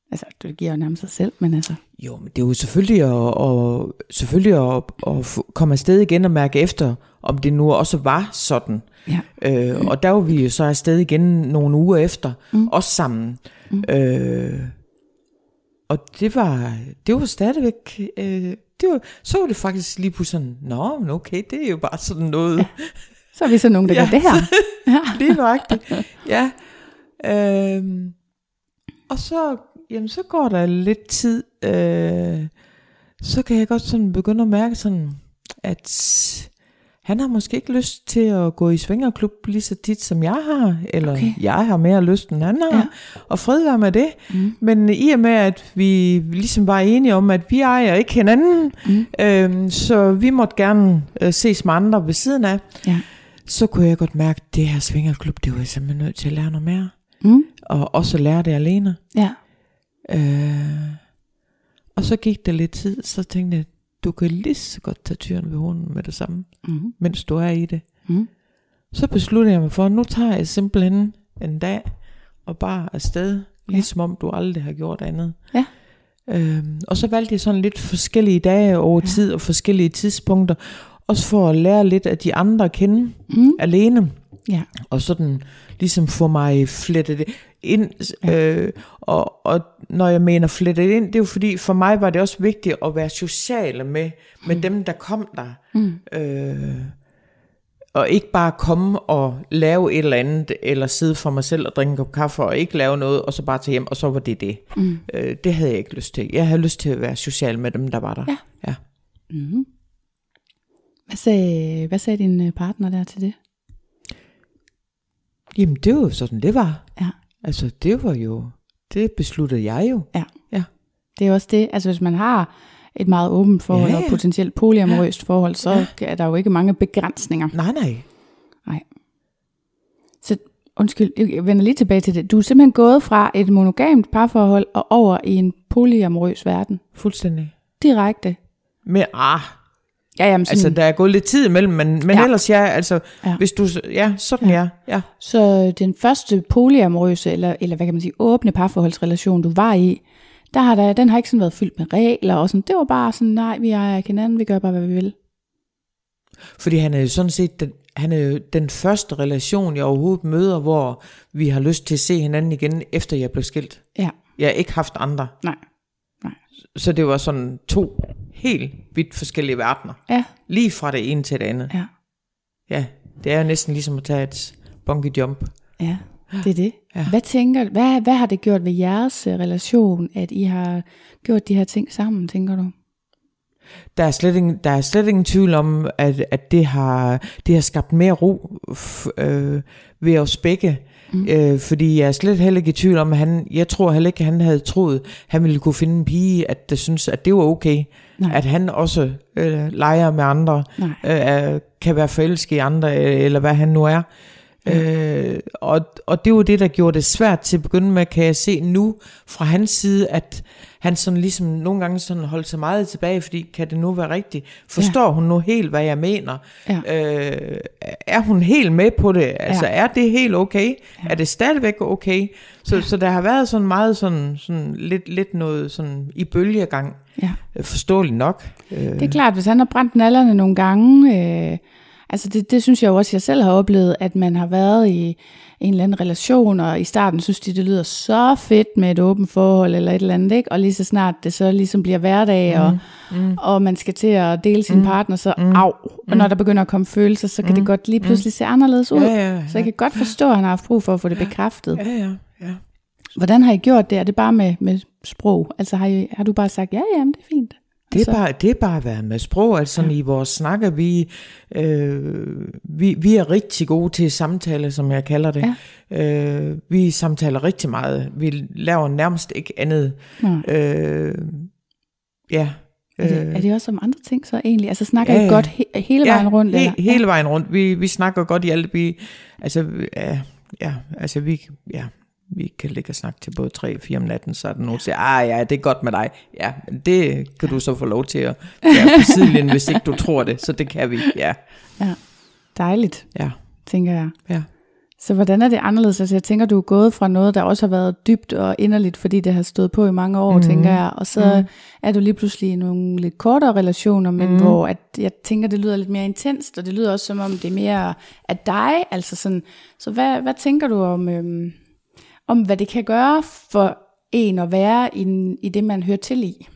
Altså, det giver jo nærmest sig selv, men altså... Jo, men det er jo selvfølgelig at, og, selvfølgelig at, at komme afsted igen og mærke efter, om det nu også var sådan. Ja. Øh, og der var vi jo så afsted igen nogle uger efter, mm. også sammen. Mm. Øh, og det var, det var stadigvæk... Øh, det var, så var det faktisk lige pludselig sådan, nå, men okay, det er jo bare sådan noget... Ja. Så er vi så nogen, der ja. gør det her. Ja, det er rigtigt. Ja. Øh, og så... Jamen, så går der lidt tid, øh, så kan jeg godt sådan begynde at mærke sådan, at han har måske ikke lyst til at gå i svingerklub lige så tit, som jeg har, eller okay. jeg har mere lyst, end han har, ja. Og fred være med det. Mm. Men i og med, at vi ligesom var enige om, at vi ejer ikke hinanden, mm. øh, så vi måtte gerne øh, ses med andre ved siden af, ja. Så kunne jeg godt mærke, at det her svingerklub, det var jeg simpelthen nødt til at lære noget mere, mm. og også lære det alene. Ja. Øh, og så gik der lidt tid, så tænkte jeg, du kan lige så godt tage tyren ved hunden med det samme, mm-hmm. mens du er i det. Mm. Så besluttede jeg mig for, at nu tager jeg simpelthen en dag og bare afsted, ja. Ligesom om du aldrig har gjort andet. Ja. Øh, og så valgte jeg sådan lidt forskellige dage over ja. Tid og forskellige tidspunkter, også for at lære lidt af de andre at kende mm. alene. Ja. Og sådan ligesom få mig flettet det ind, ja. øh, og, og når jeg mener flettet ind, det er jo fordi, for mig var det også vigtigt at være social med, med mm. dem, der kom der. Mm. Øh, og ikke bare komme og lave et eller andet, eller sidde for mig selv og drikke en kop kaffe, og ikke lave noget, og så bare tage hjem, og så var det det. Mm. Øh, det havde jeg ikke lyst til. Jeg havde lyst til at være social med dem, der var der. Ja. Ja. Mm-hmm. Hvad sagde, hvad sagde din partner der til det? Jamen, det var jo sådan, det var. Ja. Altså, det var jo, det besluttede jeg jo. Ja. Ja. Det er også det, altså hvis man har et meget åbent forhold, ja, ja. Og potentielt polyamorøst ja. forhold, så ja. er der jo ikke mange begrænsninger. Nej, nej. Nej. Så, undskyld, jeg vender lige tilbage til det. Du er simpelthen gået fra et monogamt parforhold og over i en polyamorøs verden. Fuldstændig. Direkte. Med, ah, Ja, jamen, sådan, altså der er gået lidt tid imellem, men, men ja. ellers ja, altså ja. Hvis du, ja, sådan ja. ja. ja. Så den første polyamorøse, eller, eller hvad kan man sige, åbne parforholdsrelation, du var i, der har der, den har ikke sådan været fyldt med regler og sådan, det var bare sådan, nej, vi er ikke hinanden, vi gør bare, hvad vi vil. Fordi han er jo sådan set, den, han er jo den første relation, jeg overhovedet møder, hvor vi har lyst til at se hinanden igen, efter jeg blev skilt. Ja. Jeg har ikke haft andre. Nej. Nej. Så det var sådan to helt vidt forskellige verdener. Ja. Lige fra det ene til det andet. Ja. Ja, det er jo næsten ligesom at tage et bungee jump. Ja, det er det. Ja. Hvad tænker, hvad, hvad har det gjort ved jeres relation, at I har gjort de her ting sammen, tænker du? Der er slet ingen, der er slet ingen tvivl om, at, at det, har, det har skabt mere ro f- øh, ved os begge. Mm. Øh, fordi jeg er slet heller ikke i tvivl om, at han, jeg tror heller ikke, at han havde troet, at han ville kunne finde en pige, at det synes, at det var okay. Nej. At han også øh, leger med andre, øh, kan være forelsket i andre, eller hvad han nu er. Mm. Øh, og, og det var det, der gjorde det svært til at begynde med, kan jeg se nu fra hans side, at han sådan ligesom nogle gange sådan holdt sig meget tilbage, fordi kan det nu være rigtigt? Forstår ja. hun nu helt, hvad jeg mener? Ja. Øh, er hun helt med på det? Altså ja. er det helt okay? Ja. Er det stadigvæk okay? Så, ja. så der har været sådan meget sådan, sådan lidt, lidt noget sådan i bølgegang. Ja. Forståeligt nok. Det er klart, hvis han har brændt nallerne nogle gange, øh, altså det, det synes jeg jo også, jeg selv har oplevet, at man har været i en eller anden relation, og i starten synes de, det lyder så fedt med et åbent forhold, eller et eller andet, ikke? Og lige så snart det så ligesom bliver hverdag, mm. Og, mm. og man skal til at dele sin mm. partner, så mm. au. Og når der begynder at komme følelser, så kan mm. det godt lige pludselig se anderledes ud. Ja, ja, ja. Så jeg kan godt forstå, at han har haft brug for at få det bekræftet. Ja, ja, ja. Hvordan har I gjort det? Er det bare med, med sprog? Altså har, I, har du bare sagt, ja, ja, det er fint? Det er, bare, det er bare at være med sprog, altså ja. I vores snakker, vi, øh, vi, vi er rigtig gode til samtale, som jeg kalder det. Ja. Øh, vi samtaler rigtig meget, vi laver nærmest ikke andet. Øh, ja. Er det, er det også om andre ting så egentlig? Altså snakker ja, I godt he, hele vejen ja, rundt? He, eller? hele vejen rundt, vi, vi snakker godt i alt, vi, altså, ja, ja, altså vi, ja. Vi kan ligge og snakke til både tre og fire om natten, så er der nogen, der siger, ah ja, det er godt med dig. Ja, men det kan du så få lov til at være på sidelinjen, hvis ikke du tror det, så det kan vi, ja. Ja, dejligt, ja. Tænker jeg. Ja. Så hvordan er det anderledes? Altså jeg tænker, du er gået fra noget, der også har været dybt og inderligt, fordi det har stået på i mange år, mm. tænker jeg. Og så mm. er du lige pludselig i nogle lidt kortere relationer, men mm. hvor at, jeg tænker, det lyder lidt mere intenst, og det lyder også som om, det er mere af dig. Altså sådan, så hvad, hvad tænker du om, øhm, om, hvad det kan gøre for en at være i, i det, man hører til i?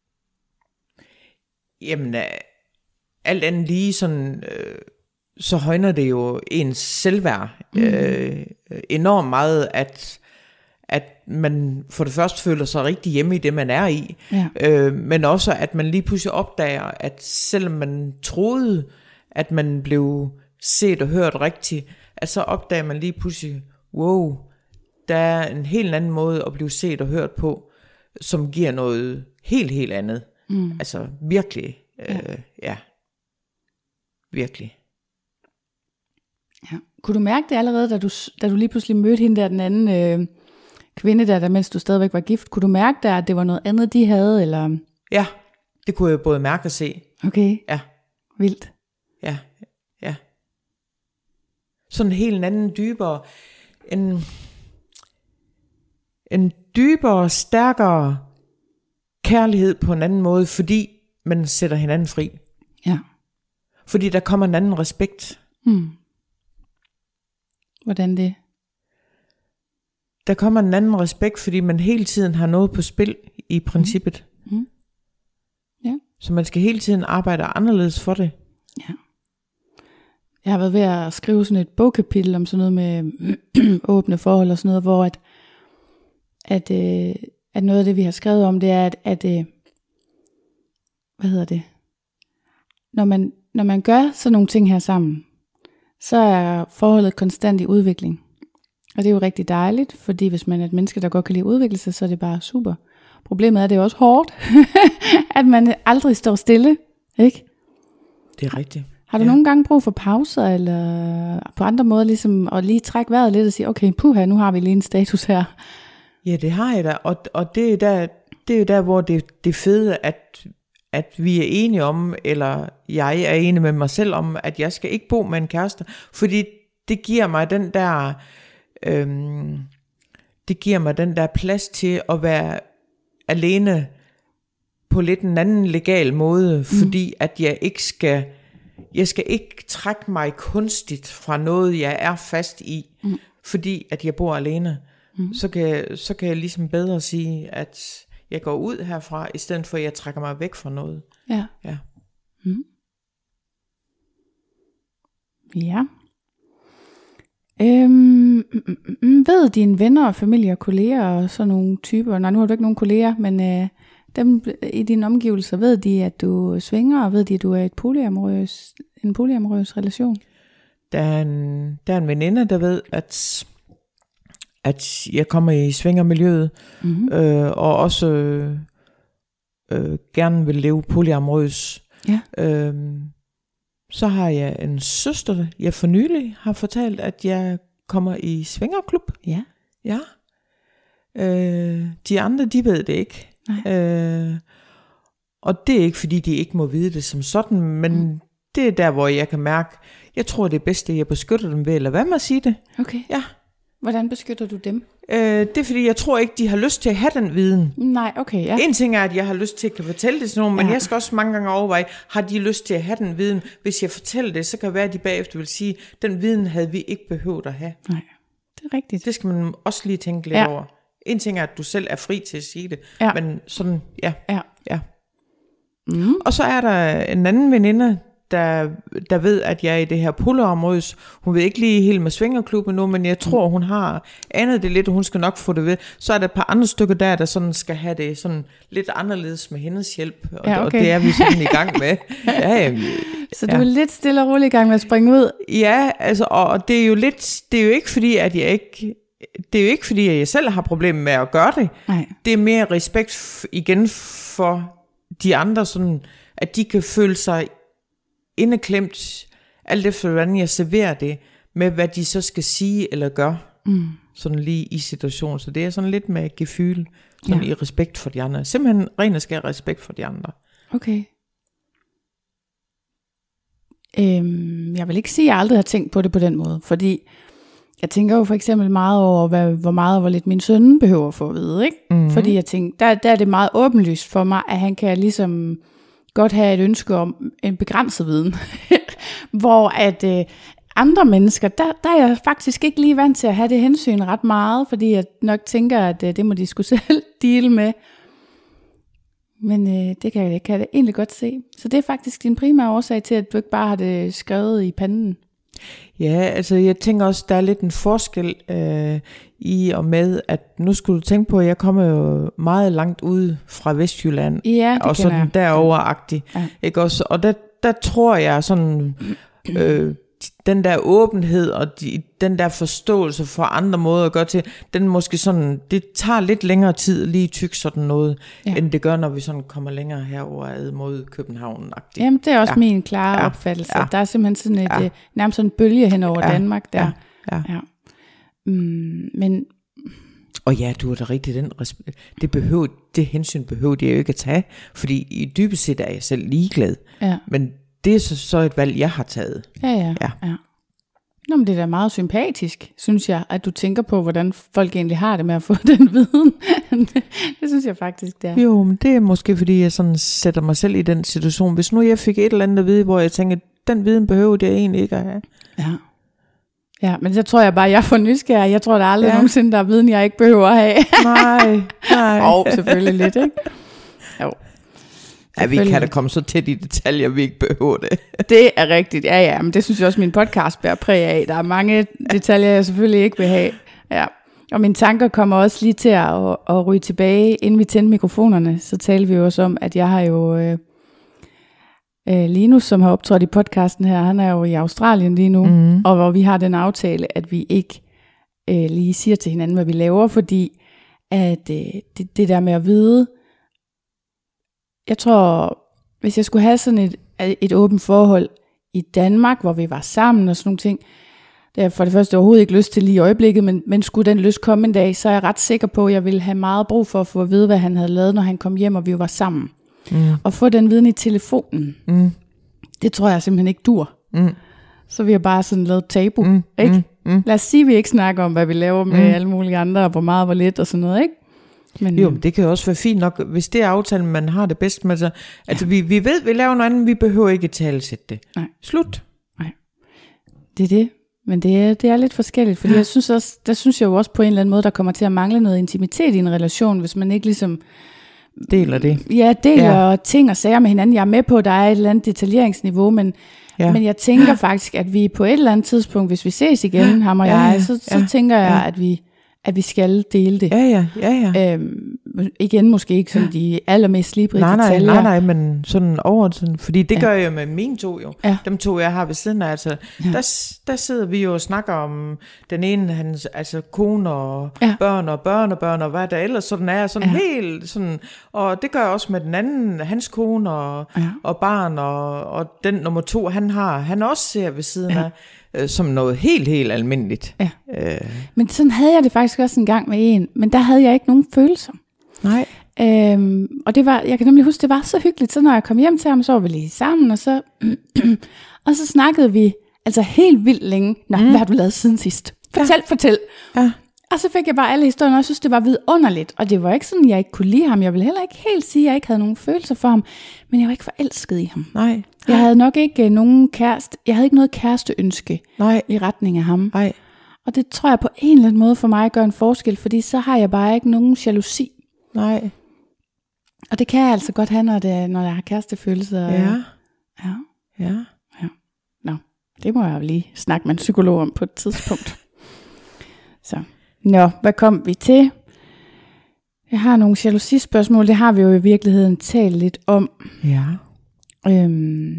Jamen, alt andet lige sådan... Øh så højner det jo ens selvværd mm. øh, enormt meget, at, at man for det første føler sig rigtig hjemme i det, man er i, ja. øh, men også at man lige pludselig opdager, at selvom man troede, at man blev set og hørt rigtigt, at så opdager man lige pludselig, wow, der er en helt anden måde at blive set og hørt på, som giver noget helt, helt andet. Mm. Altså virkelig, øh, ja. ja, virkelig. Ja. Kunne du mærke det allerede, da du, da du lige pludselig mødte hende der, den anden øh, kvinde der, der, mens du stadigvæk var gift? Kunne du mærke der, at det var noget andet, de havde? Eller? Ja, det kunne jeg både mærke og se. Okay, ja. Vildt. Ja, ja. Sådan en helt anden, dybere, en, en dybere, stærkere kærlighed på en anden måde, fordi man sætter hinanden fri. Ja. Fordi der kommer en anden respekt. Hmm. Hvordan det? Der kommer en anden respekt, fordi man hele tiden har noget på spil i princippet. Mm. Mm. Ja. Så man skal hele tiden arbejde anderledes for det. Ja. Jeg har været ved at skrive sådan et bogkapitel om sådan noget med åbne forhold og sådan noget, hvor at, at, øh, at noget af det, vi har skrevet om, det er, at, at øh, hvad hedder det? Når man, når man gør sådan nogle ting her sammen, så er forholdet konstant i udvikling. Og det er jo rigtig dejligt, fordi hvis man er et menneske, der godt kan lide at udvikle sig, så er det bare super. Problemet er, at det er også hårdt, at man aldrig står stille, ikke? Det er rigtigt. Har du ja. nogle gange brug for pauser, eller på andre måder ligesom at lige trække vejret lidt og sige, okay, puha, nu har vi lige en status her? Ja, det har jeg da, og, og det, er der, det er jo der, hvor det, det fede, at at vi er enige om, eller jeg er enig med mig selv om, at jeg skal ikke bo med en kæreste, fordi det giver mig den der, øhm, det giver mig den der plads til at være alene på lidt en anden legal måde, mm. fordi at jeg ikke skal, jeg skal ikke trække mig kunstigt fra noget, jeg er fast i, mm. fordi at jeg bor alene. Mm. Så kan, så kan jeg ligesom bedre sige, at jeg går ud herfra, i stedet for at jeg trækker mig væk fra noget. Ja. Ja. Mm. Ja. Øhm, mm, mm, ved dine venner og familie og kolleger og sådan nogle typer, nej nu har du ikke nogen kolleger, men øh, dem i dine omgivelser, ved de, at du svinger, og ved de, at du er et polyamorøs, en polyamorøs relation? Der er en, der er en veninde, der ved, at at jeg kommer i svingermiljøet, mm-hmm. øh, og også øh, øh, gerne vil leve polyamorøs. Ja. Øh, så har jeg en søster, jeg for nylig har fortalt, at jeg kommer i svingerklub. Ja. Ja. Øh, de andre, de ved det ikke. Øh, og det er ikke, fordi de ikke må vide det som sådan, men mm. det er der, hvor jeg kan mærke, jeg tror, det er bedst, at jeg beskytter dem ved, eller hvad med at sige det. Okay. Ja. Hvordan beskytter du dem? Øh, det er fordi, jeg tror ikke, de har lyst til at have den viden. Nej, okay, ja. En ting er, at jeg har lyst til at kan fortælle det til nogen, men ja. jeg skal også mange gange overveje, har de lyst til at have den viden? Hvis jeg fortæller det, så kan det være, at de bagefter vil sige, den viden havde vi ikke behøvet at have. Nej, det er rigtigt. Det skal man også lige tænke lidt ja. over. En ting er, at du selv er fri til at sige det, ja. men sådan, ja. ja. ja. Mm. Og så er der en anden veninde, Der, der ved, at jeg er i det her polyamorøs. Hun ved ikke lige helt med svingerklubben nu, men jeg tror, hun har anet det lidt, og hun skal nok få det ved. Så er der et par andre stykker der, der sådan skal have det sådan lidt anderledes med hendes hjælp, og, ja, okay. og det er vi sådan i gang med. Ja, jamen, så du ja. er lidt stille og roligt i gang med at springe ud? Ja, altså, og, og det er jo lidt, det er jo ikke fordi, at jeg ikke, det er jo ikke fordi, at jeg selv har problemer med at gøre det. Nej. Det er mere respekt igen for de andre, sådan, at de kan føle sig indeklemt, alt efter hvordan jeg serverer det, med hvad de så skal sige eller gøre, mm. sådan lige i situationen. Så det er sådan lidt med gefyl, sådan ja. i respekt for de andre. Simpelthen ren og skær respekt for de andre. Okay. Øhm, jeg vil ikke sige, at jeg aldrig har tænkt på det på den måde, fordi Jeg tænker jo for eksempel meget over, hvad, hvor meget og hvor lidt min søn behøver for at vide, ikke? Mm-hmm. Fordi jeg tænker, der, der er det meget åbenlyst for mig, at han kan ligesom godt have et ønske om en begrænset viden. Hvor at øh, andre mennesker, der, der er jeg faktisk ikke lige vant til at have det hensyn ret meget, fordi jeg nok tænker, at øh, det må de skulle selv deal med. Men øh, det kan jeg, kan jeg egentlig godt se. Så det er faktisk din primære årsag til, at du ikke bare har det skrevet i panden. Ja, altså jeg tænker også, der er lidt en forskel øh, i og med, at nu skulle du tænke på, at jeg kommer jo meget langt ud fra Vestjylland. Ja, det og sådan jeg. deroveragtigt. Ja. Ikke også? Og der, der tror jeg sådan, øh, den der åbenhed og de, den der forståelse for andre måder at gøre til, den måske sådan, det tager lidt længere tid lige tyk sådan noget, ja. End det gør, når vi sådan kommer længere herover ad mod København-agtigt. Jamen, det er også ja. min klare ja. opfattelse. Ja. Der er simpelthen sådan et, ja. nærmest sådan en bølge hen over ja. Danmark der. Ja. Ja. Ja. Mm, men... Og ja, du er da rigtig, den det, behøver, det hensyn behøver jeg jo ikke at tage, fordi i dybest set er jeg selv ligeglad. Ja. Men det er så, så et valg, jeg har taget. Ja, ja. ja. ja. Nå, men det er da meget sympatisk, synes jeg, at du tænker på, hvordan folk egentlig har det med at få den viden. Det synes jeg faktisk, det er. Jo, men det er måske, fordi jeg sådan sætter mig selv i den situation. Hvis nu jeg fik et eller andet at vide, hvor jeg tænker, den viden behøver jeg egentlig ikke at have. Ja. Ja, men så tror jeg bare, at jeg får nysgerrig. Jeg tror, der er aldrig ja. nogensinde, der er viden, jeg ikke behøver at have. Nej, nej. Og selvfølgelig lidt, ikke? Jo. Ja, vi kan da komme så tæt i detaljer, vi ikke behøver det. Det er rigtigt, ja ja, men det synes jeg også, min podcast bærer præg af. Der er mange detaljer, jeg selvfølgelig ikke vil have. Ja. Og mine tanker kommer også lige til at, at, at ryge tilbage, inden vi tændte mikrofonerne. Så talte vi jo også om, at jeg har jo øh, øh, Linus, som har optrådt i podcasten her, han er jo i Australien lige nu, mm. og hvor vi har den aftale, at vi ikke øh, lige siger til hinanden, hvad vi laver, fordi at øh, det, det der med at vide, jeg tror, hvis jeg skulle have sådan et, et åbent forhold i Danmark, hvor vi var sammen og sådan nogle ting, det er for det første overhovedet ikke lyst til lige i øjeblikket, men, men skulle den lyst komme en dag, så er jeg ret sikker på, at jeg ville have meget brug for at få at vide, hvad han havde lavet, når han kom hjem, og vi var sammen. Mm. Og få den viden i telefonen, mm. det tror jeg simpelthen ikke dur. Mm. Så vi har bare sådan lavet tabu, mm. ikke? Mm. Mm. Lad os sige, at vi ikke snakker om, hvad vi laver med mm. alle mulige andre, og hvor meget og hvor lidt og sådan noget, ikke? Men, jo, men det kan jo også være fint nok, hvis det er aftalen, man har det bedst med sig. Altså, ja. vi, vi ved, vi laver noget andet, vi behøver ikke talesætte det. Nej. Slut. Nej. Det er det. Men det er, det er lidt forskelligt, fordi ja. jeg synes også, der synes jeg jo også på en eller anden måde, der kommer til at mangle noget intimitet i en relation, hvis man ikke ligesom deler det. Ja, deler ja. ting og sager med hinanden. Jeg er med på, at der er et eller andet detaljeringsniveau, men, ja. men jeg tænker faktisk, at vi på et eller andet tidspunkt, hvis vi ses igen, ja. ham og jeg, ja. så, så ja. tænker jeg, ja. at vi at vi skal dele det. Ja, ja, ja, ja. Øhm, igen måske ikke sådan de allermest slibrige nej, nej, detaljer. Nej, nej, men sådan over sådan, fordi det ja. gør jeg jo med mine to jo. Ja. Dem to, jeg har ved siden af, altså, ja. der, der sidder vi jo og snakker om den ene, hans, altså kone og ja. børn og børnebørn og hvad der ellers sådan er, sådan ja. helt sådan, og det gør jeg også med den anden, hans kone og, ja. og barn, og, og den nummer to, han har, han også ser ved siden ja. af, som noget helt, helt almindeligt. Ja. Øh. Men sådan havde jeg det faktisk også en gang med en, men der havde jeg ikke nogen følelser. Nej. Øhm, og det var, jeg kan nemlig huske, det var så hyggeligt, så når jeg kom hjem til ham, så var vi lige sammen, og så, og så snakkede vi altså helt vildt længe. Nå, mm. hvad har du lavet siden sidst? Fortæl, ja. fortæl. Ja. Og så fik jeg bare alle historierne, og jeg synes, det var vidunderligt. Og det var ikke sådan, jeg ikke kunne lide ham. Jeg vil heller ikke helt sige, at jeg ikke havde nogen følelser for ham. Men jeg var ikke forelsket i ham. Nej. Jeg havde nok ikke uh, nogen kæreste. Jeg havde ikke noget kæresteønske Nej. i retning af ham. Nej. Og det tror jeg på en eller anden måde for mig gør en forskel, fordi så har jeg bare ikke nogen jalousi. Nej. Og det kan jeg altså godt have, når, det, når jeg har kærestefølelser. Ja. Ja. Ja. Ja. Nå, det må jeg jo lige snakke med en psykolog om på et tidspunkt. Så. Nå, hvad kom vi til? Jeg har nogle jalousispørgsmål, det har vi jo i virkeligheden talt lidt om. Ja. Øhm,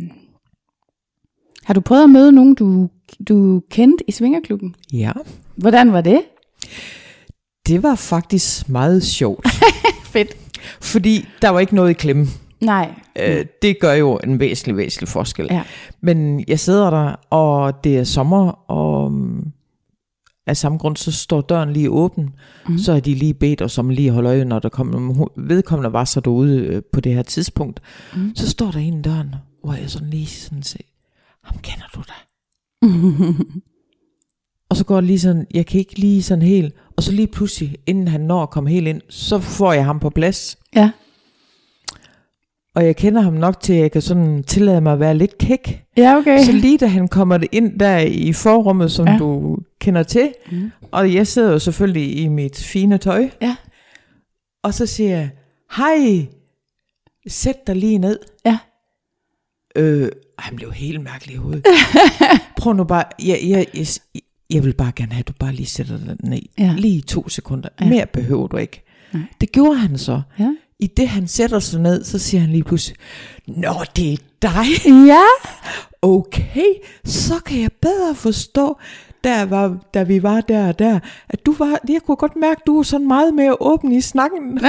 har du prøvet at møde nogen, du, du kendte i svingerklubben? Ja. Hvordan var det? Det var faktisk meget sjovt. Fedt. Fordi der var ikke noget i klemme. Nej. Øh, det gør jo en væsentlig, væsentlig forskel. Ja. Men jeg sidder der, og det er sommer, og af samme grund, så står døren lige åben. Mm. Så er de lige bedt os om lige at holde øje, når der kommer. Vedkommende var så derude på det her tidspunkt. Mm. Så står der en i døren, hvor jeg sådan lige sådan siger, ham kender du da? Og så går det lige sådan, jeg kan ikke lige sådan helt, og så lige pludselig, inden han når at komme helt ind, så får jeg ham på plads. Ja. Og jeg kender ham nok til, at jeg kan sådan tillade mig at være lidt kæk. Ja, okay. Så lige da han kommer ind der i forrummet, som ja. du kender til, mm. og jeg sidder jo selvfølgelig i mit fine tøj, ja. og så siger jeg, hej, sæt dig lige ned. Ja. Øh, han blev helt mærkelig i hovedet. Prøv nu bare, jeg, jeg, jeg, jeg vil bare gerne have, at du bare lige sætter dig ned. Ja. Lige to sekunder. Ja. Mere behøver du ikke. Nej. Det gjorde han så. Ja. I det han sætter sig ned, så siger han lige pludselig, nå, det er dig. Ja. Okay, så kan jeg bedre forstå, der var, da vi var der og der, at du var, jeg kunne godt mærke, at du var sådan meget mere åben i snakken.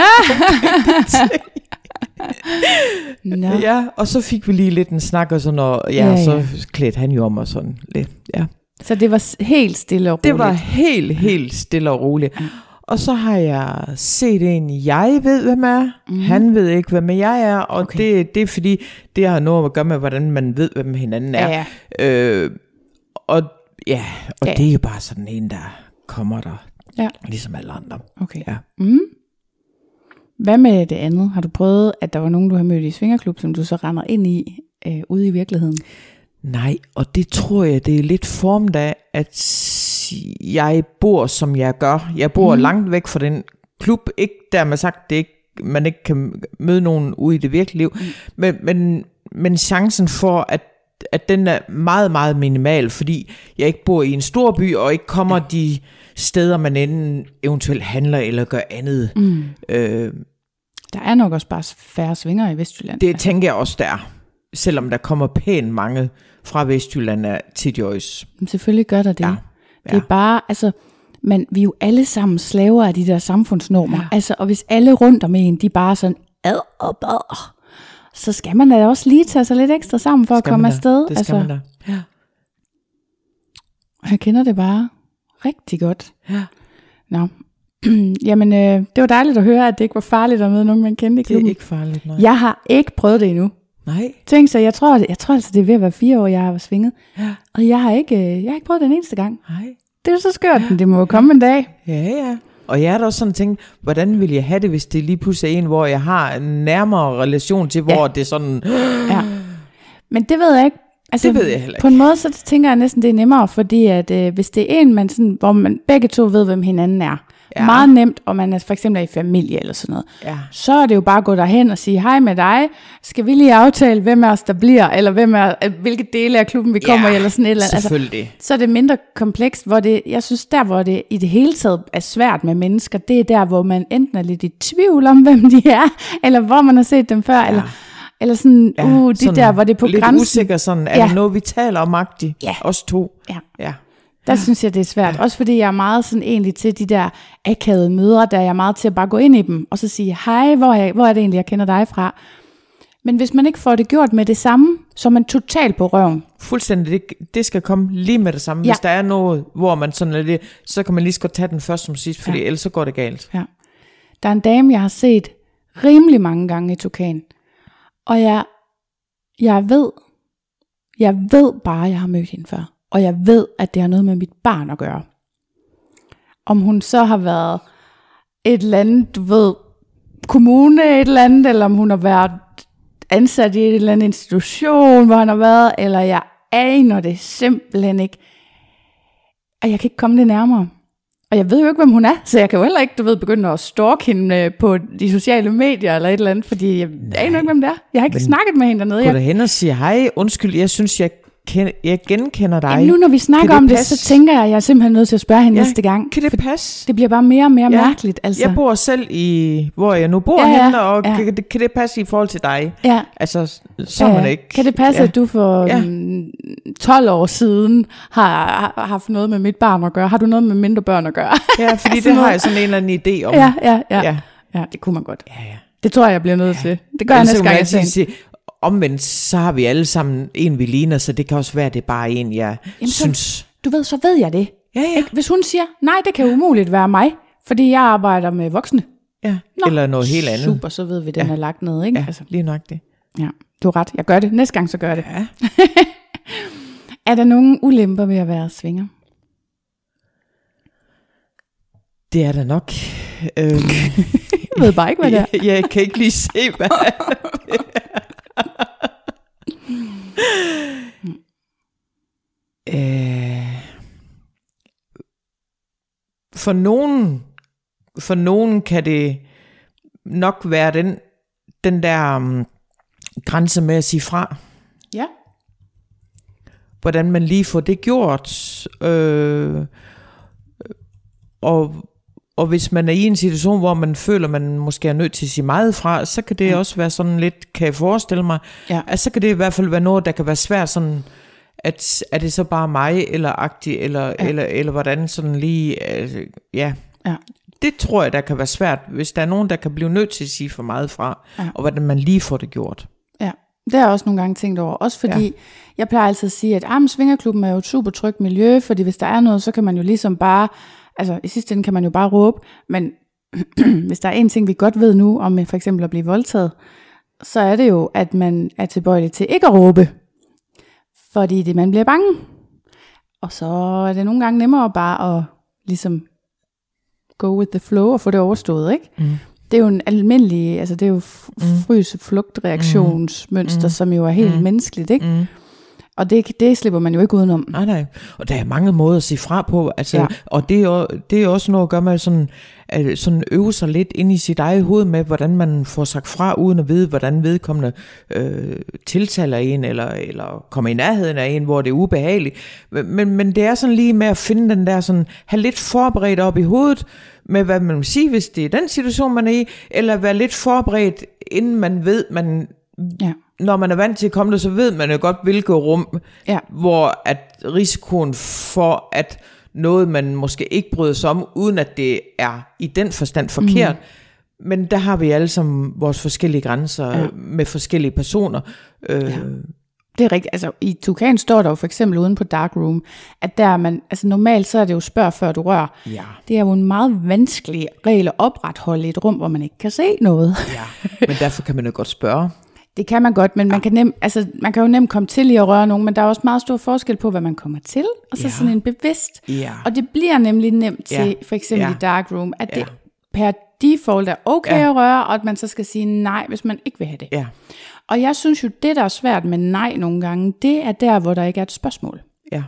No. Ja, og så fik vi lige lidt en snak og sådan, og ja, ja, ja. så klædte han jo om og sådan lidt, ja. Så det var helt stille og roligt? Det var helt, helt stille og roligt. Ja. Og så har jeg set en, jeg ved, hvem er. Mm. Han ved ikke, hvem jeg er. Og okay. det, det er fordi, det har noget at gøre med, hvordan man ved, hvem hinanden er. Ja, ja. Øh, og ja, og ja. det er jo bare sådan en, der kommer der. Ja. Ligesom alle andre. Okay. Ja. Mm. Hvad med det andet? Har du prøvet, at der var nogen, du har mødt i svingerklub, som du så render ind i øh, ude i virkeligheden? Nej, og det tror jeg, det er lidt formet af, at jeg bor, som jeg gør. Jeg bor mm. langt væk fra den klub. Ikke dermed sagt, det ikke, man ikke kan møde nogen ude i det virkelige liv. Mm. Men, men, men chancen for, at, at den er meget, meget minimal, fordi jeg ikke bor i en stor by, og ikke kommer ja. de steder, man enten eventuelt handler eller gør andet. Mm. Øh, der er nok også bare færre svinger i Vestjylland. Det altså. tænker jeg også, der. Selvom der kommer pænt mange fra Vestjylland til Joyce. Men selvfølgelig gør der det. Ja. Ja. Det er bare, altså, men vi er jo alle sammen slaver af de der samfundsnormer. Ja. Altså, og hvis alle rundt om en, de bare sådan, ad og bad, så skal man da også lige tage sig lidt ekstra sammen for at komme afsted. Det skal altså, man da. Ja. Jeg kender det bare rigtig godt. Ja. Nå. Jamen, øh, det var dejligt at høre, at det ikke var farligt at møde nogen, man kendte i klubben. Det er ikke farligt, nej. Jeg har ikke prøvet det endnu. Nej. Tænk så, jeg tror, jeg tror altså, det er ved at være fire år, jeg har svinget. Ja. Og jeg har ikke, jeg har ikke prøvet den eneste gang. Nej. Det er jo så skørt, men det må jo komme en dag. Ja, ja. Og jeg har da også sådan tænkt, hvordan vil jeg have det, hvis det lige pludselig er en, hvor jeg har en nærmere relation til, hvor ja. det er sådan... Ja. Men det ved jeg ikke. Altså, det ved jeg heller ikke. På en måde, så tænker jeg næsten, det er nemmere, fordi at, øh, hvis det er en, man sådan, hvor man begge to ved, hvem hinanden er, ja. meget nemt, og man er for eksempel er i familie eller sådan noget, ja. så er det jo bare at gå derhen og sige, hej med dig, skal vi lige aftale, hvem af os der bliver, eller hvem er, hvilke dele af klubben vi kommer i, eller sådan et eller andet. Selvfølgelig. Altså, så er det mindre komplekst, hvor det, jeg synes, der hvor det i det hele taget er svært med mennesker, det er der, hvor man enten er lidt i tvivl om, hvem de er, eller hvor man har set dem før, ja. eller... Eller sådan, ja, uh, det der, hvor det er på lidt grænsen. Lidt usikker sådan, er ja. det noget, vi taler om agtigt? Ja. Os to. Ja. ja. Der ja. synes jeg, det er svært. Ja. Også fordi jeg er meget sådan egentlig til de der akavede møder, der er jeg meget til at bare gå ind i dem, og så sige, hej, hvor er, hvor er det egentlig, jeg kender dig fra? Men hvis man ikke får det gjort med det samme, så er man totalt på røven. Fuldstændig, det, det skal komme lige med det samme. Ja. Hvis der er noget, hvor man sådan er det, så kan man lige skal tage den først som sidst, fordi ja. ellers så går det galt. Ja. Der er en dame, jeg har set rimelig mange gange i Tukan. Og jeg, jeg ved, jeg ved bare, at jeg har mødt hende før. Og jeg ved, at det har noget med mit barn at gøre. Om hun så har været et eller andet, du ved, kommune et eller andet, eller om hun har været ansat i et eller andet institution, hvor han har været, eller jeg aner det simpelthen ikke. Og jeg kan ikke komme det nærmere. Og jeg ved jo ikke, hvem hun er, så jeg kan jo heller ikke, du ved, begynde at stalke hende på de sociale medier eller et eller andet, fordi jeg aner ikke, hvem det er. Jeg har ikke snakket med hende dernede. Gå derhen og sige, hej, undskyld, jeg synes, jeg, kender, jeg genkender dig. Jamen nu, når vi snakker det om passe? det, så tænker jeg, at jeg er simpelthen nødt til at spørge hende ja, næste gang. Kan det passe? Det bliver bare mere og mere ja. mærkeligt. Altså. Jeg bor selv i, hvor jeg nu bor ja, ja, henne, og ja. kan, det, kan det passe i forhold til dig? Ja. Altså, så ja, man ikke. Kan det passe, ja. at du for ja. tolv år siden har, har haft noget med mit barn at gøre? Har du noget med mindre børn at gøre? Ja, fordi altså, det har jeg sådan en eller anden idé om. Ja, ja, ja. ja. ja det kunne man godt. Ja, ja. Det tror jeg, jeg bliver nødt ja. til. Det gør jeg næste gang, jeg siger. Omvendt, så har vi alle sammen en, vi ligner, så det kan også være, det er bare en, jeg Jamen, synes... Så, du ved, så ved jeg det. Ja, ja. Hvis hun siger, nej, det kan umuligt være mig, fordi jeg arbejder med voksne. Ja, Nå, eller noget helt andet. Super, så ved vi, den ja. er lagt ned, ikke? Ja, altså. lige nok det. Ja, du har ret. Jeg gør det. Næste gang, så gør jeg det. Ja. Er der nogen ulemper ved at være svinger? Det er der nok. Øhm, jeg ved bare ikke, hvad det er. jeg, jeg kan ikke lige se, hvad det er. øh, for nogen, for nogen kan det nok være den, den der um, grænse med at sige fra. Ja. Hvordan man lige får det gjort. Øh, og, og hvis man er i en situation, hvor man føler, man måske er nødt til at sige meget fra, så kan det ja. også være sådan lidt, kan jeg forestille mig, ja. at så kan det i hvert fald være noget, der kan være svært sådan, at er det så bare mig, eller agtigt, eller, ja. eller, eller hvordan sådan lige, altså, ja. ja. Det tror jeg, der kan være svært, hvis der er nogen, der kan blive nødt til at sige for meget fra, ja. og hvordan man lige får det gjort. Ja, det har jeg også nogle gange tænkt over. Også fordi, ja. jeg plejer altid at sige, at ah, Svingerklubben er jo et super trygt miljø, fordi hvis der er noget, så kan man jo ligesom bare, altså i sidste ende kan man jo bare råbe, men hvis der er en ting, vi godt ved nu, om for eksempel at blive voldtaget, så er det jo, at man er tilbøjelig til ikke at råbe, fordi det, man bliver bange. Og så er det nogle gange nemmere bare at ligesom go with the flow og få det overstået, ikke? Mm. Det er jo en almindelig, altså det er jo frys-flugt-reaktionsmønster, mm. som jo er helt mm. menneskeligt, ikke? Mm. Og det, det slipper man jo ikke udenom. Nej, nej. Og der er mange måder at sige fra på, altså, ja. og det er, jo, det er også noget at gøre med sådan, at sådan øve sig lidt ind i sit eget hoved med, hvordan man får sagt fra, uden at vide, hvordan vedkommende øh, tiltaler en, eller, eller kommer i nærheden af en, hvor det er ubehageligt. Men, men det er sådan lige med at finde den der, sådan, have lidt forberedt op i hovedet, med hvad man vil sige, hvis det er den situation, man er i, eller være lidt forberedt, inden man ved, man... Ja. Når man er vant til at komme der, så ved man jo godt, hvilket rum, ja. hvor at risikoen for, at noget, man måske ikke bryder sig om, uden at det er i den forstand forkert. Mm. Men der har vi alle sammen vores forskellige grænser ja. med forskellige personer. Øh, ja. Det er rigtigt. Altså, i Tukan står der jo for eksempel uden på Dark Room, at der man, altså normalt så er det jo spørg før du rører. Ja. Det er jo en meget vanskelig regel at opretholde i et rum, hvor man ikke kan se noget. Ja. Men derfor kan man jo godt spørge. Det kan man godt, men ja. man, kan nem, altså, man kan jo nemt komme til i at røre nogen, men der er også meget stor forskel på, hvad man kommer til, og så ja. sådan en bevidst. Ja. Og det bliver nemlig nemt til, ja. for eksempel ja. i Dark Room, at ja. det per default er okay ja. at røre, og at man så skal sige nej, hvis man ikke vil have det. Ja. Og jeg synes jo, det der er svært med nej nogle gange, det er der, hvor der ikke er et spørgsmål. Ja.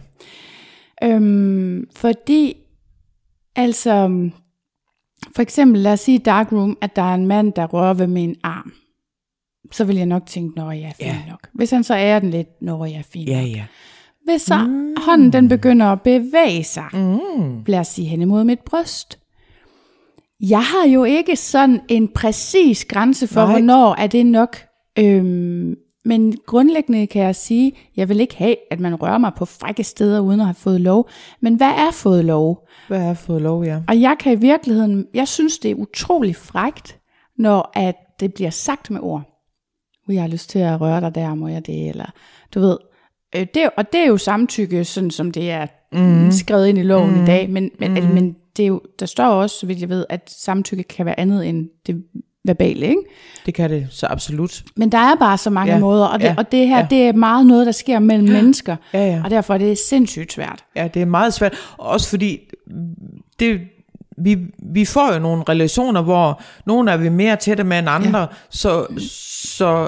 Øhm, fordi, altså, for eksempel, lad os sige i Dark Room, at der er en mand, der rører ved min arm. Så vil jeg nok tænke, når jeg er fin ja. nok. Hvis han så er den lidt, når jeg er fin ja, nok. Ja. Hvis så mm. hånden den begynder at bevæge sig, mm. lad os sige hen imod mit bryst. Jeg har jo ikke sådan en præcis grænse for, Nej. hvornår er det nok. Øhm, men grundlæggende kan jeg sige, jeg vil ikke have, at man rører mig på frække steder, uden at have fået lov. Men hvad er fået lov? Hvad er fået lov, ja. Og jeg kan i virkeligheden, jeg synes det er utrolig frækt, når at det bliver sagt med ord. Jeg har lyst til at røre dig der, må jeg det, eller du ved. Øh, det, og det er jo samtykke, sådan som det er mm. skrevet ind i loven mm. i dag, men, men, mm. men det er jo, der står også, så vidt jeg ved, at samtykke kan være andet end det verbale, ikke? Det kan det, så absolut. Men der er bare så mange ja. måder, og det, ja. og det her, ja. det er meget noget, der sker mellem ja. mennesker, ja, ja. og derfor er det sindssygt svært. Ja, det er meget svært, også fordi det... Vi, vi får jo nogle relationer, hvor nogle er vi mere tætte med end andre, ja. så, så,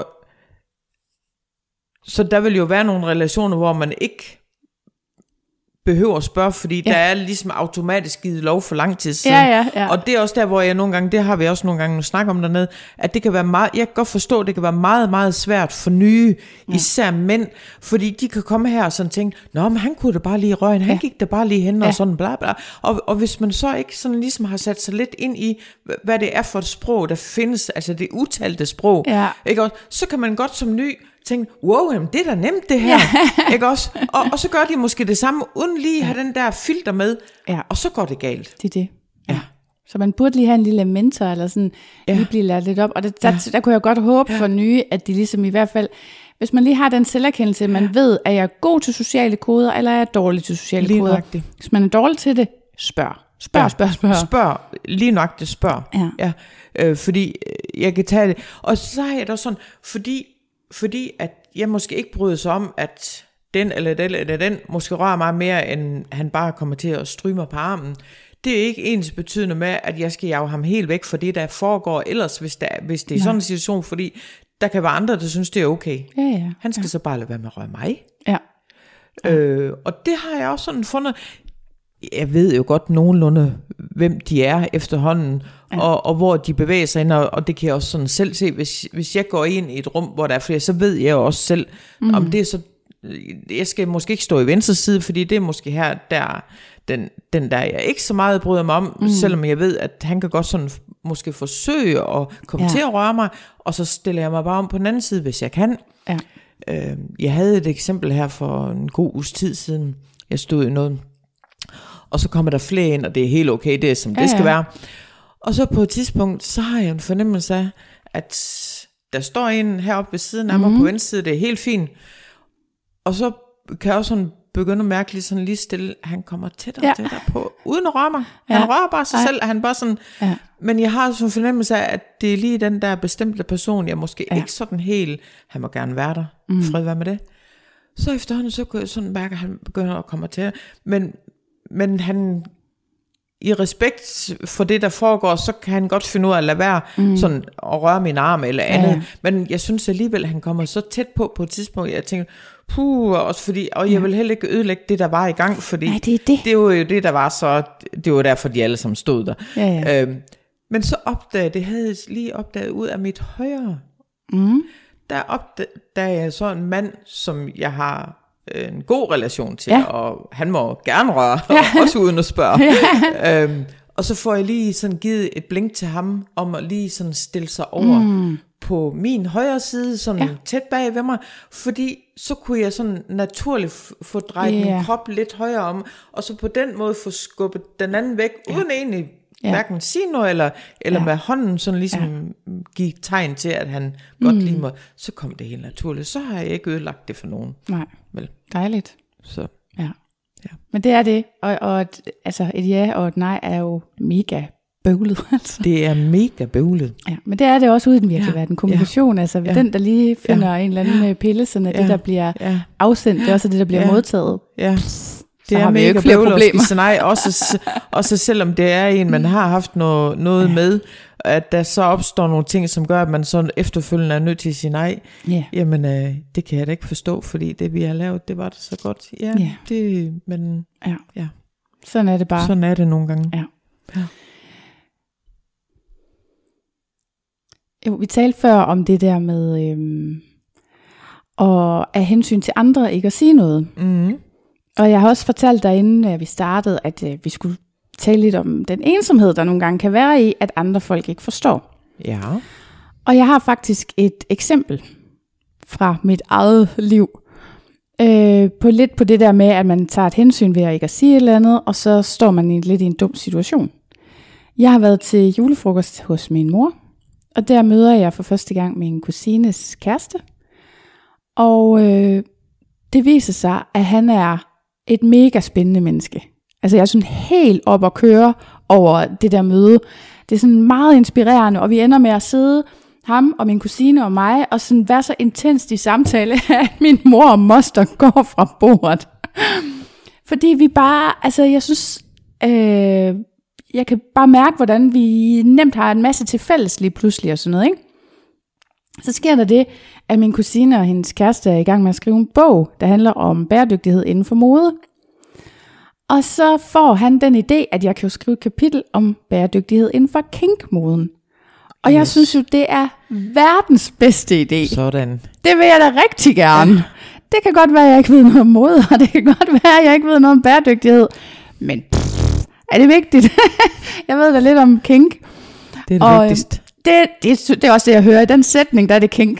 så der vil jo være nogle relationer, hvor man ikke behøver at spørge, fordi ja. der er ligesom automatisk givet lov for lang tid siden. Ja, ja, ja. Og det er også der, hvor jeg nogle gange, det har vi også nogle gange snakket om dernede, at det kan være meget, jeg kan godt forstå, at det kan være meget, meget svært for nye, ja. især mænd, fordi de kan komme her og sådan tænke, nå, men han kunne da bare lige røre, han ja. gik da bare lige hen og ja. sådan bla bla. Og, og hvis man så ikke sådan ligesom har sat sig lidt ind i, hvad det er for et sprog, der findes, altså det utalte sprog, ja. ikke også, så kan man godt som ny tænkte, wow, jamen, det er da nemt det her, ja. ikke også? Og, og så gør de måske det samme, uden lige at have den der filter med, ja. og så går det galt. Det er det. Ja. Ja. Så man burde lige have en lille mentor, eller sådan, ja. lige blive lært lidt op. Og det, der, ja. der kunne jeg godt håbe ja. for nye, at de ligesom i hvert fald, hvis man lige har den selverkendelse, man ja. ved, er jeg god til sociale koder, eller er jeg dårlig til sociale lige koder. Nøjagtigt. Hvis man er dårlig til det, spørg. Spørg, ja. spørg, spørg. Spørg, lige nøjagtigt spørg. Ja. Ja. Øh, fordi jeg kan tage det. Og så har jeg da sådan, fordi, fordi at jeg måske ikke bryder sig om, at den eller den eller den måske rører mig mere, end han bare kommer til at stryge mig på armen. det er ikke ens betydende med, at jeg skal jage ham helt væk for det, der foregår ellers, hvis, der, hvis det er sådan en situation, fordi der kan være andre, der synes, det er okay. Ja, ja. Han skal ja. så bare lade være med at røre mig. Ja. Øh, og det har jeg også sådan fundet. Jeg ved jo godt nogenlunde, hvem de er efterhånden, ja. og, og hvor de bevæger sig ind, og, og det kan jeg også sådan selv se. Hvis, hvis jeg går ind i et rum, hvor der er flere, så ved jeg jo også selv, mm. om det er så... Jeg skal måske ikke stå i venstre side, fordi det er måske her, der den, den der jeg ikke så meget bryder mig om, mm. selvom jeg ved, at han kan godt sådan måske forsøge at komme ja. til at røre mig, og så stiller jeg mig bare om på den anden side, hvis jeg kan. Ja. Øh, jeg havde et eksempel her for en god uges tid siden. Jeg stod i noget, og så kommer der flere ind, og det er helt okay, det er som ja, det skal ja. være. Og så på et tidspunkt, så har jeg en fornemmelse af, at der står en heroppe ved siden af mig mm. på venstre side, det er helt fint. Og så kan jeg også sådan begynde at mærke lige sådan lige stille, han kommer tættere og ja. tættere på, uden at røre mig. Han ja. rører bare sig Ej. selv, han bare sådan, ja. men jeg har sådan en fornemmelse af, at det er lige den der bestemte person, jeg måske ja. ikke sådan helt, han må gerne være der, mm. fred være med det. Så efterhånden, så kan jeg sådan mærke, at han begynder at komme til, men, men han, i respekt for det, der foregår, så kan han godt finde ud af at lade være mm. sådan at røre min arm eller andet. Ja. Men jeg synes alligevel, at han kommer så tæt på på et tidspunkt, jeg tænker, puh, også fordi, og jeg vil heller ikke ødelægge det, der var i gang, fordi Nej, det, er det. det var jo det, der var så, det var derfor, de alle sammen stod der. Ja, ja. Øhm, men så opdagede, det havde jeg lige opdaget ud af mit højre, mm. der opdagede jeg så en mand, som jeg har en god relation til, ja. og han må gerne røre, ja. også uden at spørge. Ja. Øhm, og så får jeg lige sådan givet et blink til ham, om at lige sådan stille sig over mm. på min højre side, sådan ja. tæt bag ved mig, fordi så kunne jeg sådan naturligt f- få drejet yeah. min krop lidt højere om, og så på den måde få skubbet den anden væk, ja. uden egentlig ja. hverken sige noget, eller, eller ja. med hånden sådan ligesom ja. give tegn til, at han mm. godt lige må, så kom det helt naturligt. Så har jeg ikke ødelagt det for nogen. Nej, Vel. Dejligt. Så. Ja. ja. Men det er det, og, og et, altså et ja og et nej er jo mega bøvlet. Altså. Det er mega bøvlet. Ja, men det er det også ude i den virkelige ja. verden. Kommunikation, ja. altså ja. den, der lige finder ja. en eller anden pille, sådan at ja. det, der bliver ja. afsendt, det er også det, der bliver ja. modtaget. Ja. Pff, det er mega bøvlet. Nej, også, også selvom det er en, man har haft noget, noget ja. med, at der så opstår nogle ting, som gør, at man så efterfølgende er nødt til at sige nej. Ja. Jamen, øh, det kan jeg da ikke forstå, fordi det, vi har lavet, det var det så godt. Ja, ja. det, men ja. ja. Sådan er det bare. Sådan er det nogle gange. Ja. ja. Jo, vi talte før om det der med øhm, og af hensyn til andre ikke at sige noget. Mm. Og jeg har også fortalt dig, inden vi startede, at øh, vi skulle tale lidt om den ensomhed, der nogle gange kan være i, at andre folk ikke forstår. Ja. Og jeg har faktisk et eksempel fra mit eget liv, øh, på lidt på det der med, at man tager et hensyn ved at ikke at sige et eller andet, og så står man i lidt i en dum situation. Jeg har været til julefrokost hos min mor, og der møder jeg for første gang min kusines kæreste. Og øh, det viser sig, at han er et mega spændende menneske. Altså jeg er sådan helt op at køre over det der møde. Det er sådan meget inspirerende, og vi ender med at sidde, ham og min kusine og mig, og sådan være så intenst i samtale, at min mor og moster går fra bordet. Fordi vi bare, altså jeg synes, øh, jeg kan bare mærke, hvordan vi nemt har en masse til fælles lige pludselig og sådan noget, ikke? Så sker der det, at min kusine og hendes kæreste er i gang med at skrive en bog, der handler om bæredygtighed inden for mode. Og så får han den idé, at jeg kan jo skrive et kapitel om bæredygtighed inden for kinkmoden. Og yes. jeg synes jo, det er verdens bedste idé. Sådan. Det vil jeg da rigtig gerne. Ja. Det kan godt være, at jeg ikke ved noget om mode, og det kan godt være, at jeg ikke ved noget om bæredygtighed. Men pff, er det vigtigt? Jeg ved da lidt om kink. Det er det og, vigtigste. Det, det, det er også det, jeg hører i den sætning, der er det kink.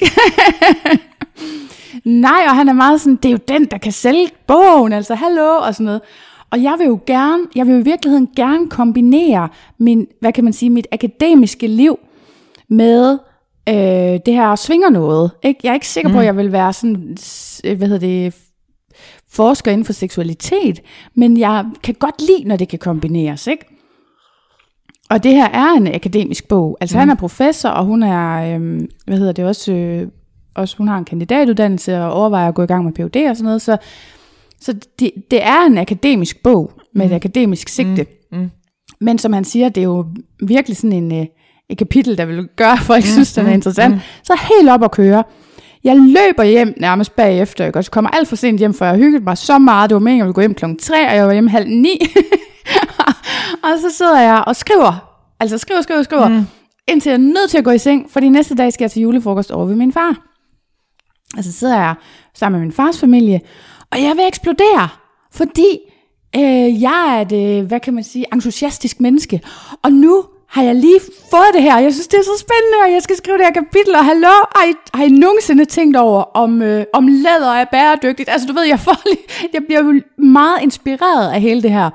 Nej, og han er meget sådan, det er jo den, der kan sælge bogen, altså hallo, og sådan noget. Og jeg vil jo gerne, jeg vil jo i virkeligheden gerne kombinere min, hvad kan man sige, mit akademiske liv med øh, det her svinger noget. Ikke? Jeg er ikke sikker på, at jeg vil være sådan, hvad hedder det, forsker inden for seksualitet, men jeg kan godt lide, når det kan kombineres, ikke? Og det her er en akademisk bog. Altså mm. han er professor, og hun er, øh, hvad hedder det også, øh, også, hun har en kandidatuddannelse og overvejer at gå i gang med P H D og sådan noget, så Så det, det er en akademisk bog med mm. et akademisk sigte. Mm. Mm. Men som han siger, det er jo virkelig sådan en, øh, et kapitel, der vil gøre, at folk mm, synes, den er interessant. Mm. Så helt op at køre. Jeg løber hjem nærmest bagefter, ikke? Og så kommer alt for sent hjem, for jeg hyggede mig så meget. Det var meningen, at jeg ville gå hjem klokken tre, og jeg var hjemme halv ni. Og så sidder jeg og skriver, altså skriver, skriver, skriver, mm. indtil jeg er nødt til at gå i seng, fordi næste dag skal jeg til julefrokost over ved min far. Og så sidder jeg sammen med min fars familie, og jeg vil eksplodere, fordi øh, jeg er et, hvad kan man sige, entusiastisk menneske. Og nu har jeg lige fået det her, jeg synes det er så spændende, og jeg skal skrive det her kapitel, og hallo, har I, har I nogensinde tænkt over, om, øh, om læder er bæredygtigt? Altså du ved, jeg, får lige, jeg bliver jo meget inspireret af hele det her.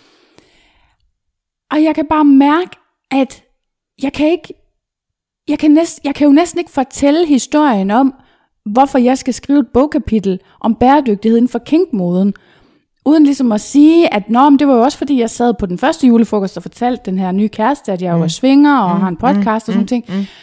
Og jeg kan bare mærke, at jeg kan ikke, jeg kan, næst, jeg kan jo næsten ikke fortælle historien om, hvorfor jeg skal skrive et bogkapitel om bæredygtighed inden for kinkmoden, uden ligesom at sige, at nå, men det var jo også fordi, jeg sad på den første julefrokost og fortalte den her nye kæreste, at jeg jo er svinger og mm, har en podcast mm, og sådan mm, ting. Mm.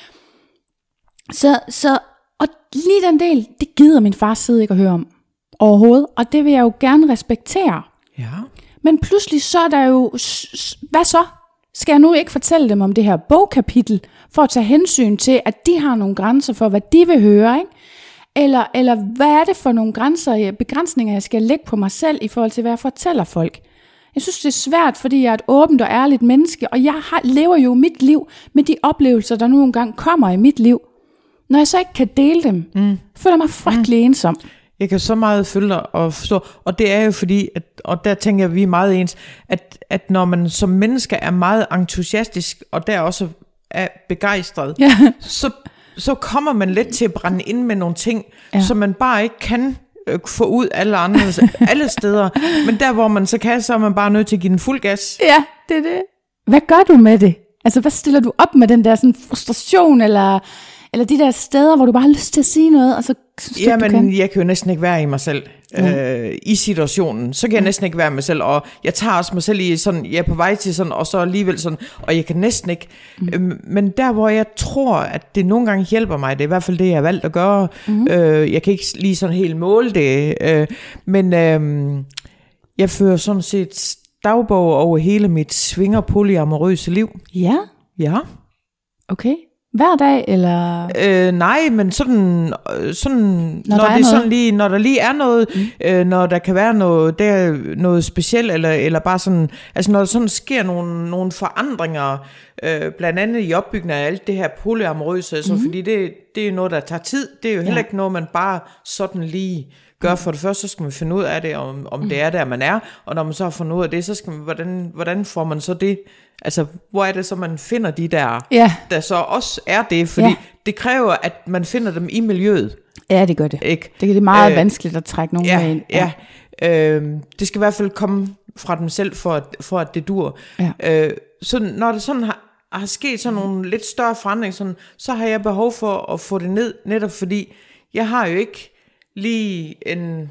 Så, så, og lige den del, det gider min far sidde ikke at høre om overhovedet, og det vil jeg jo gerne respektere. Ja. Men pludselig så er der jo, hvad så? Skal jeg nu ikke fortælle dem om det her bogkapitel, for at tage hensyn til, at de har nogle grænser for, hvad de vil høre, ikke? Eller, eller hvad er det for nogle grænser, begrænsninger, jeg skal lægge på mig selv, i forhold til, hvad jeg fortæller folk? Jeg synes, det er svært, fordi jeg er et åbent og ærligt menneske, og jeg har, lever jo mit liv med de oplevelser, der nu engang kommer i mit liv. Når jeg så ikke kan dele dem, mm. føler jeg mig frygtelig mm. ensom. Jeg kan så meget følge dig og forstå, og det er jo fordi, at, og der tænker jeg, at vi er meget ens, at, at når man som menneske er meget entusiastisk, og der også er begejstret, ja. så, så kommer man let til at brænde ind med nogle ting, ja. som man bare ikke kan øh, få ud alle andre alle steder. Men der, hvor man så kan, så er man bare nødt til at give den fuld gas. Ja, det er det. Hvad gør du med det? Altså, hvad stiller du op med den der sådan frustration, eller... Eller de der steder, hvor du bare har lyst til at sige noget, og så synes du, Jamen, du kan. jeg kan jo næsten ikke være i mig selv mm. øh, i situationen. Så kan jeg mm. næsten ikke være mig selv, og jeg tager også mig selv i sådan, jeg er på vej til sådan, og så alligevel sådan, og jeg kan næsten ikke. Mm. Øh, men der, hvor jeg tror, at det nogle gange hjælper mig, det er i hvert fald det, jeg har valgt at gøre. Mm. Øh, jeg kan ikke lige sådan helt måle det, øh, men øh, jeg fører sådan set dagbog over hele mit svinger polyamorøse liv. Ja? Ja. Okay. Hver dag, eller? Øh, nej, men sådan, sådan når, når, det sådan lige, når der lige er noget, mm. øh, når der kan være noget, der, noget specielt, eller, eller bare sådan, altså når der sådan sker nogle, nogle forandringer, øh, blandt andet i opbygningen af alt det her polyamorøse, mm. så, fordi det, det er noget, der tager tid, det er jo heller ja. ikke noget, man bare sådan lige gør. For det første, så skal man finde ud af det, om, om mm. det er der, man er, og når man så har fundet ud af det, så skal man, hvordan, hvordan får man så det? Altså, hvor er det så, man finder de der, ja. der så også er det? Fordi ja. det kræver, at man finder dem i miljøet. Ja, det gør det. Ikke? Det er meget øh, vanskeligt at trække nogen ja, med ind. Ja, ja. Øh, det skal i hvert fald komme fra dem selv, for at, for at det dur. Ja. Øh, så når det sådan har, har sket sådan nogle lidt større forandringer, sådan, så har jeg behov for at få det ned, netop fordi jeg har jo ikke lige en...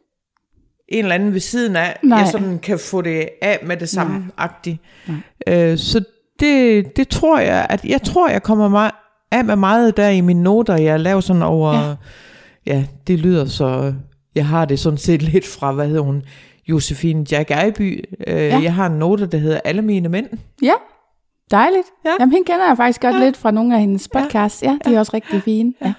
en eller anden ved siden af, Nej. jeg sådan kan få det af med det samme-agtigt. Øh, så det, det tror jeg, at jeg tror, jeg kommer meget af med meget der i mine noter, jeg laver sådan over, ja, ja det lyder så, jeg har det sådan set lidt fra, hvad hedder hun, Josefine Jack Ejby. Øh, ja. Jeg har en note, der hedder Alle mine mænd. Ja, dejligt. Ja. Jamen, hende kender jeg faktisk godt ja. lidt fra nogle af hendes podcasts. Ja, ja de er ja. også rigtig fine. Ja. Ja.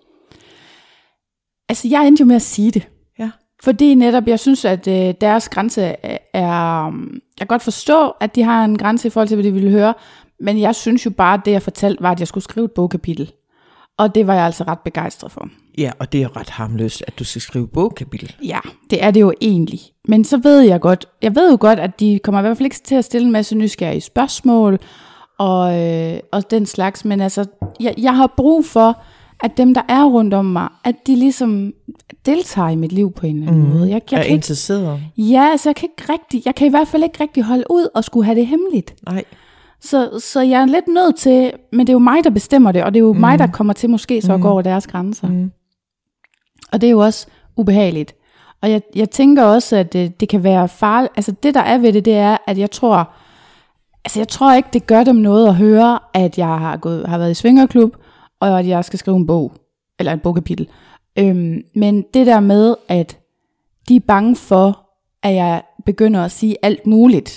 Altså, jeg endte jo med at sige det. Fordi netop, jeg synes, at øh, deres grænse er... Jeg kan godt forstå, at de har en grænse i forhold til, hvad de ville høre, men jeg synes jo bare, at det, jeg fortalte, var, at jeg skulle skrive et bogkapitel. Og det var jeg altså ret begejstret for. Ja, og det er ret harmløst, at du skal skrive bogkapitel. Ja, det er det jo egentlig. Men så ved jeg godt, jeg ved jo godt, at de kommer i hvert fald ikke til at stille en masse nysgerrige spørgsmål, og, øh, og den slags, men altså, jeg, jeg har brug for, at dem, der er rundt om mig, at de ligesom deltager i mit liv på en eller anden mm. måde. Jeg, jeg er kan interesseret. Ikke, ja, altså jeg kan ikke rigtig, jeg kan i hvert fald ikke rigtig holde ud og skulle have det hemmeligt. Nej. Så, så jeg er lidt nødt til, men det er jo mig, der bestemmer det, og det er jo mm. mig, der kommer til måske så at gå over deres grænser. Mm. Og det er jo også ubehageligt. Og jeg, jeg tænker også, at det, det kan være farligt. Altså det, der er ved det, det er, at jeg tror, altså jeg tror ikke, det gør dem noget at høre, at jeg har, gået, har været i svingerklub, og at jeg skal skrive en bog, eller et bogkapitel. Øhm, men det der med, at de er bange for, at jeg begynder at sige alt muligt,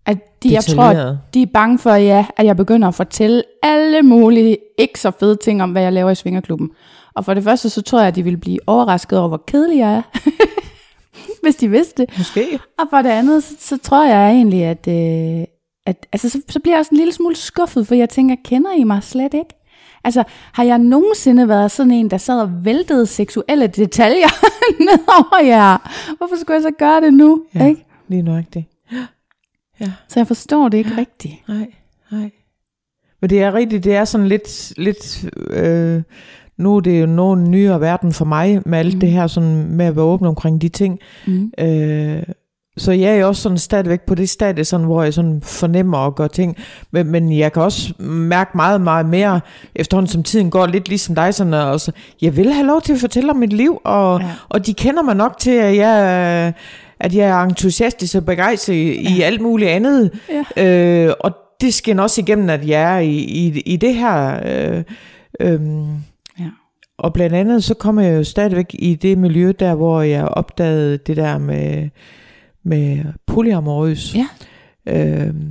At de, jeg tror, de er bange for, ja, at jeg begynder at fortælle alle mulige ikke så fede ting om, hvad jeg laver i svingerklubben. Og for det første, så tror jeg, at de vil blive overrasket over, hvor kedelig jeg er. Hvis de vidste det. Måske. Og for det andet, så, så tror jeg egentlig, at, øh, at altså, så, så bliver jeg også en lille smule skuffet, for jeg tænker, kender I mig slet ikke? Altså, har jeg nogensinde været sådan en, der sad og væltede seksuelle detaljer ned over jer? Hvorfor skulle jeg så gøre det nu? Ja, ikke? lige nok det. Ja. Så jeg forstår det ikke ja. rigtigt. Nej, nej. Men det er rigtigt, det er sådan lidt, lidt øh, nu er det jo nogen nyere verden for mig, med alt mm. det her sådan, med at være åben omkring de ting. Mm. Øh, så jeg er jo også sådan stadigvæk på det stadie, sådan, hvor jeg sådan fornemmer og gør ting. Men, men jeg kan også mærke meget, meget mere, efterhånden som tiden går, lidt ligesom dig. Sådan, og så, jeg vil have lov til at fortælle om mit liv, og, ja. og de kender mig nok til, at jeg, at jeg er entusiastisk og begejstret i, ja. i alt muligt andet. Ja. Øh, og det skinner også igennem, at jeg er i, i, i det her. Øh, øh, ja. Og blandt andet, så kommer jeg jo stadigvæk i det miljø, der hvor jeg opdagede det der med... med polyamorøs. Ja. Øhm,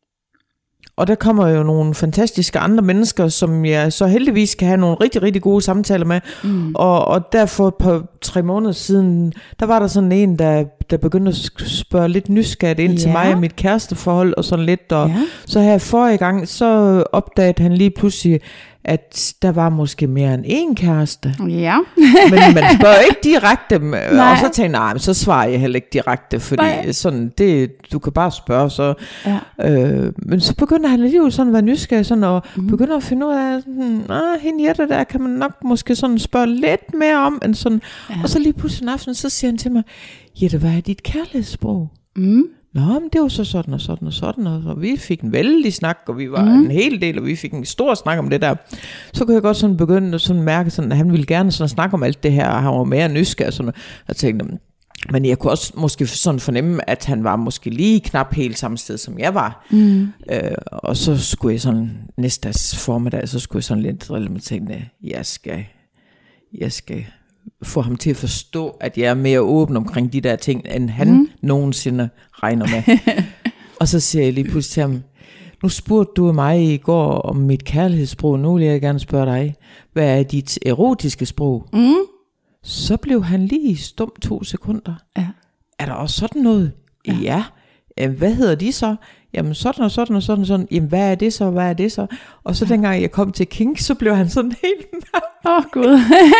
og der kommer jo nogle fantastiske andre mennesker, som jeg så heldigvis kan have nogle rigtig, rigtig gode samtaler med. Mm. Og, og der for et par, tre måneder siden, der var der sådan en, der, der begyndte at spørge lidt nysgerrigt ind ja. til mig og mit kæresteforhold og sådan lidt. Og ja. så her forrige gang, så opdagede han lige pludselig, at der var måske mere end én kæreste. Ja. Men man spørger ikke direkte, og så tænker jeg, nej, men så svarer jeg heller ikke direkte, fordi nej. sådan, det, du kan bare spørge, så. Ja. Øh, men så begynder han alligevel sådan at være nysgerrig, sådan, og mm. begynder at finde ud af, sådan, ah, hende Jette der, kan man nok måske sådan spørge lidt mere om, end sådan. Ja. Og så lige pludselig en aften, så siger han til mig, Jette, hvad er dit kærlighedssprog? Mm. Nå, men det var så sådan og sådan og sådan, og vi fik en vældig snak, og vi var mm. en hel del, og vi fik en stor snak om det der. Så kunne jeg godt sådan begynde at sådan mærke, sådan, at han ville gerne sådan snakke om alt det her, og han var mere nysgerrig, og sådan, og tænkte, men jeg kunne også måske sådan fornemme, at han var måske lige knap helt samme sted, som jeg var. Mm. Øh, og så skulle jeg sådan, næste dags formiddag, så skulle jeg sådan lidt drille med tingene, jeg skal, jeg skal... få ham til at forstå, at jeg er mere åben omkring de der ting, end han mm. nogensinde regner med. Og så siger jeg lige pludselig til ham, nu spurgte du mig i går om mit kærlighedssprog, nu vil jeg gerne spørge dig, hvad er dit erotiske sprog? Mm. Så blev han lige stum to sekunder. Ja. Er der også sådan noget? Ja. Ja. Jamen, hvad hedder de så? Jamen sådan og sådan og sådan og sådan. Jamen hvad er det så? Hvad er det så? Og så ja. dengang jeg kom til kink, så blev han sådan helt... Åh oh, gud.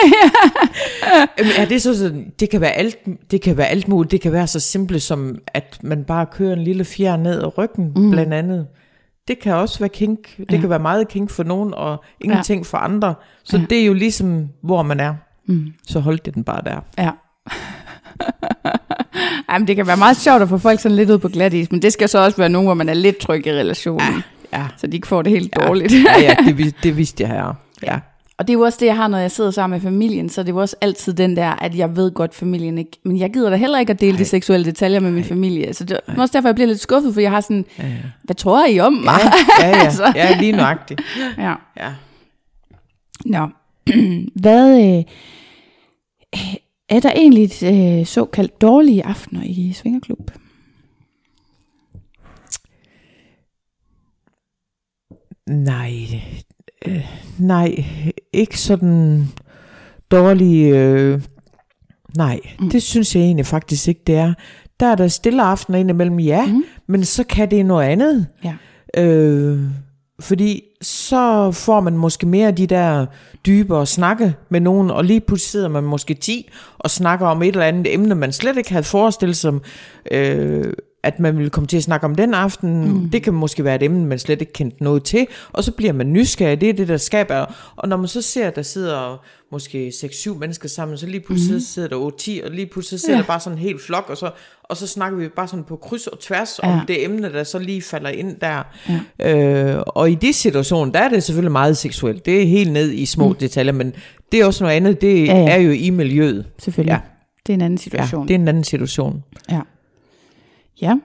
Jamen, er det så sådan, det kan være alt, det kan være alt muligt. Det kan være så simpelt som at man bare kører en lille fjer ned ad ryggen, mm. blandt andet. Det kan også være kink. Det ja. kan være meget kink for nogen og ingenting ja. for andre. Så ja. det er jo ligesom hvor man er. Mm. Så hold det den bare der. Ja. Jamen, det kan være meget sjovt at få folk sådan lidt ud på glatis, men det skal så også være nogen, hvor man er lidt tryg i relationen, ja, ja. så de ikke får det helt ja. dårligt. ja, ja, det, det vidste jeg her. Ja. Og det er jo også det, jeg har, når jeg sidder sammen med familien, så det er jo også altid den der, at jeg ved godt familien ikke, men jeg gider da heller ikke at dele Ej. de seksuelle detaljer med min Ej. familie. Så det er også derfor, jeg bliver lidt skuffet, for jeg har sådan, ja, ja. hvad tror I om mig? Ja, ja, ja. altså. ja lige nøjagtigt. Ja. ja. Nå, hvad... Øh, er der egentlig et øh, såkaldt dårlige aftener i svingerklub? Nej, øh, nej, ikke sådan dårlige, øh, nej, mm. det synes jeg egentlig faktisk ikke, det er. Der er der stille aftener indimellem, ja, mm. men så kan det noget andet. Ja. Øh, fordi så får man måske mere af de der dybere snakke med nogen, og lige pludselig sidder man måske ti og snakker om et eller andet emne, man slet ikke havde forestillet sig, øh, at man ville komme til at snakke om den aften. Mm. Det kan måske være et emne, man slet ikke kendte noget til, og så bliver man nysgerrig, det er det, der skaber. Og når man så ser, at der sidder måske seks syv mennesker sammen, så lige pludselig mm. sidder der otte ti, og lige pludselig sidder ja. der bare sådan en hel flok, og så, og så snakker vi bare sådan på kryds og tværs ja. om det emne, der så lige falder ind der. Ja. Øh, og i de situationer, der er det selvfølgelig meget seksuelt. Det er helt ned i små mm. detaljer, men det er også noget andet, det ja, ja. er jo i miljøet. Selvfølgelig. Ja. Det er en anden situation. Ja, det er en anden situation. Ja. Ja.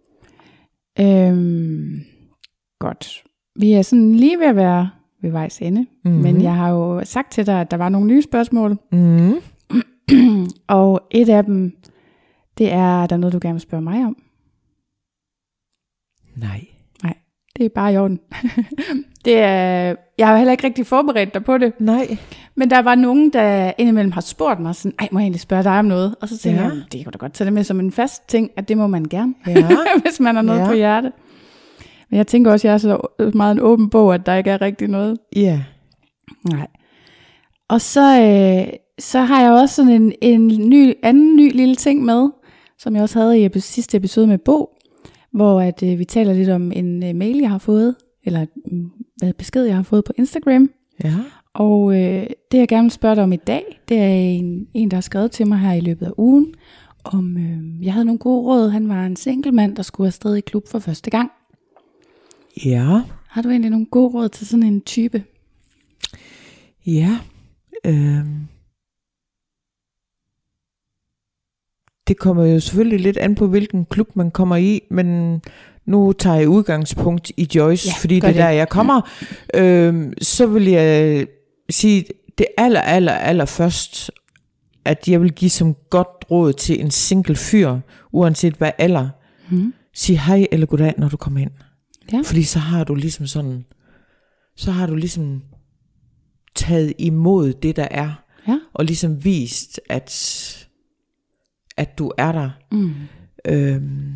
Øhm, godt. Vi er sådan lige ved at være ved vejs ende, mm-hmm. men jeg har jo sagt til dig, at der var nogle nye spørgsmål. Mm-hmm. Og et af dem, det er, der er noget, du gerne vil spørge mig om? Nej. Nej, det er bare i orden. det er, jeg har heller ikke rigtig forberedt dig på det. Nej. Men der var nogen, der indimellem har spurgt mig sådan, ej, må jeg egentlig spørge dig om noget? Og så tænker Ja. jeg, det kan du godt tage det med som en fast ting, at det må man gerne, Ja. hvis man har noget Ja. på hjerte. Men jeg tænker også, at jeg er så meget en åben bog, at der ikke er rigtig noget. Ja. Nej. Og så, øh, så har jeg også sådan en, en ny, anden ny lille ting med, som jeg også havde i epi- sidste episode med Bo, hvor at, øh, vi taler lidt om en øh, mail, jeg har fået, eller mm, hvad besked, jeg har fået på Instagram. Ja. Og øh, det, jeg gerne vil spørge dig om i dag, det er en, en, der har skrevet til mig her i løbet af ugen, om øh, jeg havde nogle gode råd. Han var en single mand, der skulle afsted i klub for første gang. Ja. Har du egentlig nogle gode råd til sådan en type? Ja. Øhm. Det kommer jo selvfølgelig lidt an på, hvilken klub man kommer i, men nu tager jeg udgangspunkt i Joyce, Ja, fordi det gør er det. der, jeg kommer. Øhm, så vil jeg sige, det aller, aller, aller først, at jeg vil give som godt råd til en single fyr, uanset hvad alder. Mm. Sig hej eller goddag, når du kommer ind. Ja. Fordi så har du ligesom sådan, så har du ligesom taget imod det, der er, Ja. og ligesom vist, at, at du er der. Mm. Øhm,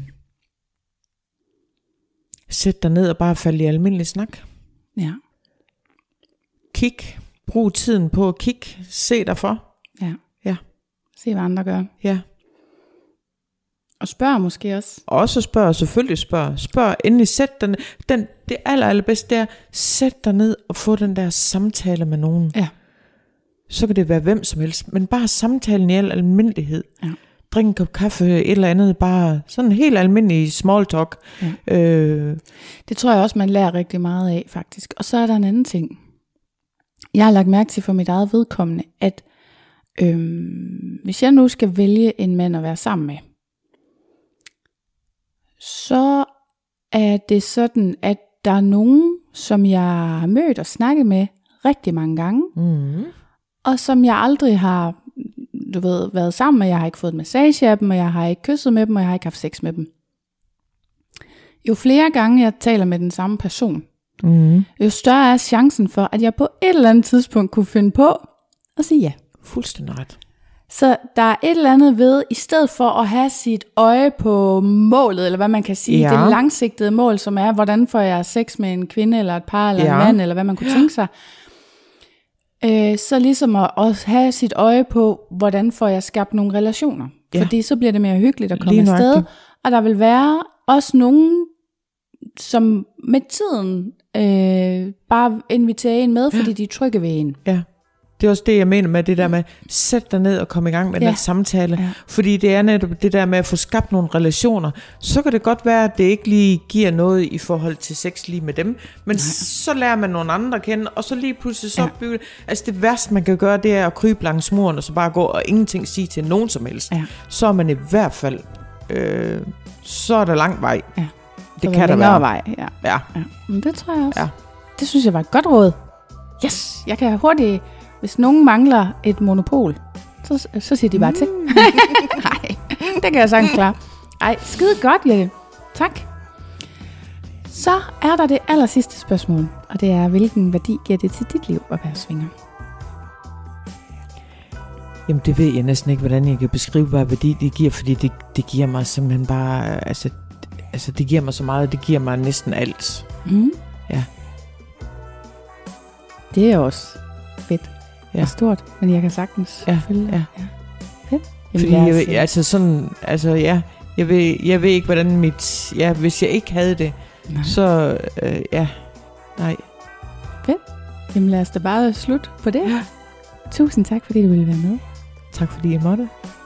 sæt dig ned og bare fald i almindelig snak. Ja. Kig. Brug tiden på at kigge. Se dig for. Ja. Ja. Se, hvad andre gør. Ja. Og spørg måske også. Også spørg, selvfølgelig spørg. Spørg endelig, sæt dig ned. Den, det aller, allerbedste, det er, sæt dig ned og få den der samtale med nogen. Ja. Så kan det være hvem som helst, men bare samtalen i al almindelighed. Ja. Drik en kop kaffe, et eller andet, bare sådan helt almindelig small talk. Ja. Øh, Det tror jeg også, man lærer rigtig meget af, faktisk. Og så er der en anden ting. Jeg har lagt mærke til for mit eget vedkommende, at øhm, hvis jeg nu skal vælge en mand at være sammen med, så er det sådan, at der er nogen, som jeg har mødt og snakket med rigtig mange gange, mm, og som jeg aldrig har, du ved, været sammen med. Jeg har ikke fået en massage af dem, og jeg har ikke kysset med dem, og jeg har ikke haft sex med dem. Jo flere gange jeg taler med den samme person, mm, jo større er chancen for, at jeg på et eller andet tidspunkt kunne finde på at sige ja. fuldstændig ret. Så der er et eller andet ved, i stedet for at have sit øje på målet, eller hvad man kan sige, Ja. det langsigtede mål, som er, hvordan får jeg sex med en kvinde, eller et par, eller Ja. en mand, eller hvad man kunne tænke sig. Øh, så ligesom at også have sit øje på, hvordan får jeg skabt nogle relationer. Ja. Fordi så bliver det mere hyggeligt at komme Lige afsted. nøjagtigt. Og der vil være også nogen, som med tiden øh, bare inviterer en med, fordi de er trygge ved en. Ja, det er også det, jeg mener med det der med, sæt dig ned og komme i gang med Ja. den samtale. Ja. Fordi det er netop det der med at få skabt nogle relationer. Så kan det godt være, at det ikke lige giver noget i forhold til sex lige med dem. Men Nej. så lærer man nogle andre at kende, og så lige pludselig så Ja. bygge. Altså det værste, man kan gøre, det er at krybe langs muren, og så bare gå og ingenting sige til nogen som helst. Ja. Så er man i hvert fald, øh, så er der lang vej. Ja. Det kan der længere være. vej, ja. Ja. Ja, men det tror jeg også. Ja. Det synes jeg var et godt råd. Yes, jeg kan hurtigt, hvis nogen mangler et monopol, så, så siger de bare til. Nej, det kan jeg sagtens klare. Ej, skide godt, Jette. Tak. Så er der det aller sidste spørgsmål, og det er, hvilken værdi giver det til dit liv at være swinger? Jamen det ved jeg næsten ikke, hvordan jeg kan beskrive, hvad værdi det giver, fordi det, det giver mig simpelthen bare, altså, altså det giver mig så meget, det giver mig næsten alt. Mm. Ja. Det er også fedt Ja. og stort, men jeg kan sagtens Ja, følge. ja. ja. Fedt. Fordi lad jeg, os, ved, altså sådan, altså ja, jeg ved, jeg ved ikke, hvordan mit, ja, hvis jeg ikke havde det, Nej. så, øh, ja, nej. Jamen lad os da bare slutte på det. Ja. Tusind tak, fordi du ville være med. Tak fordi jeg måtte.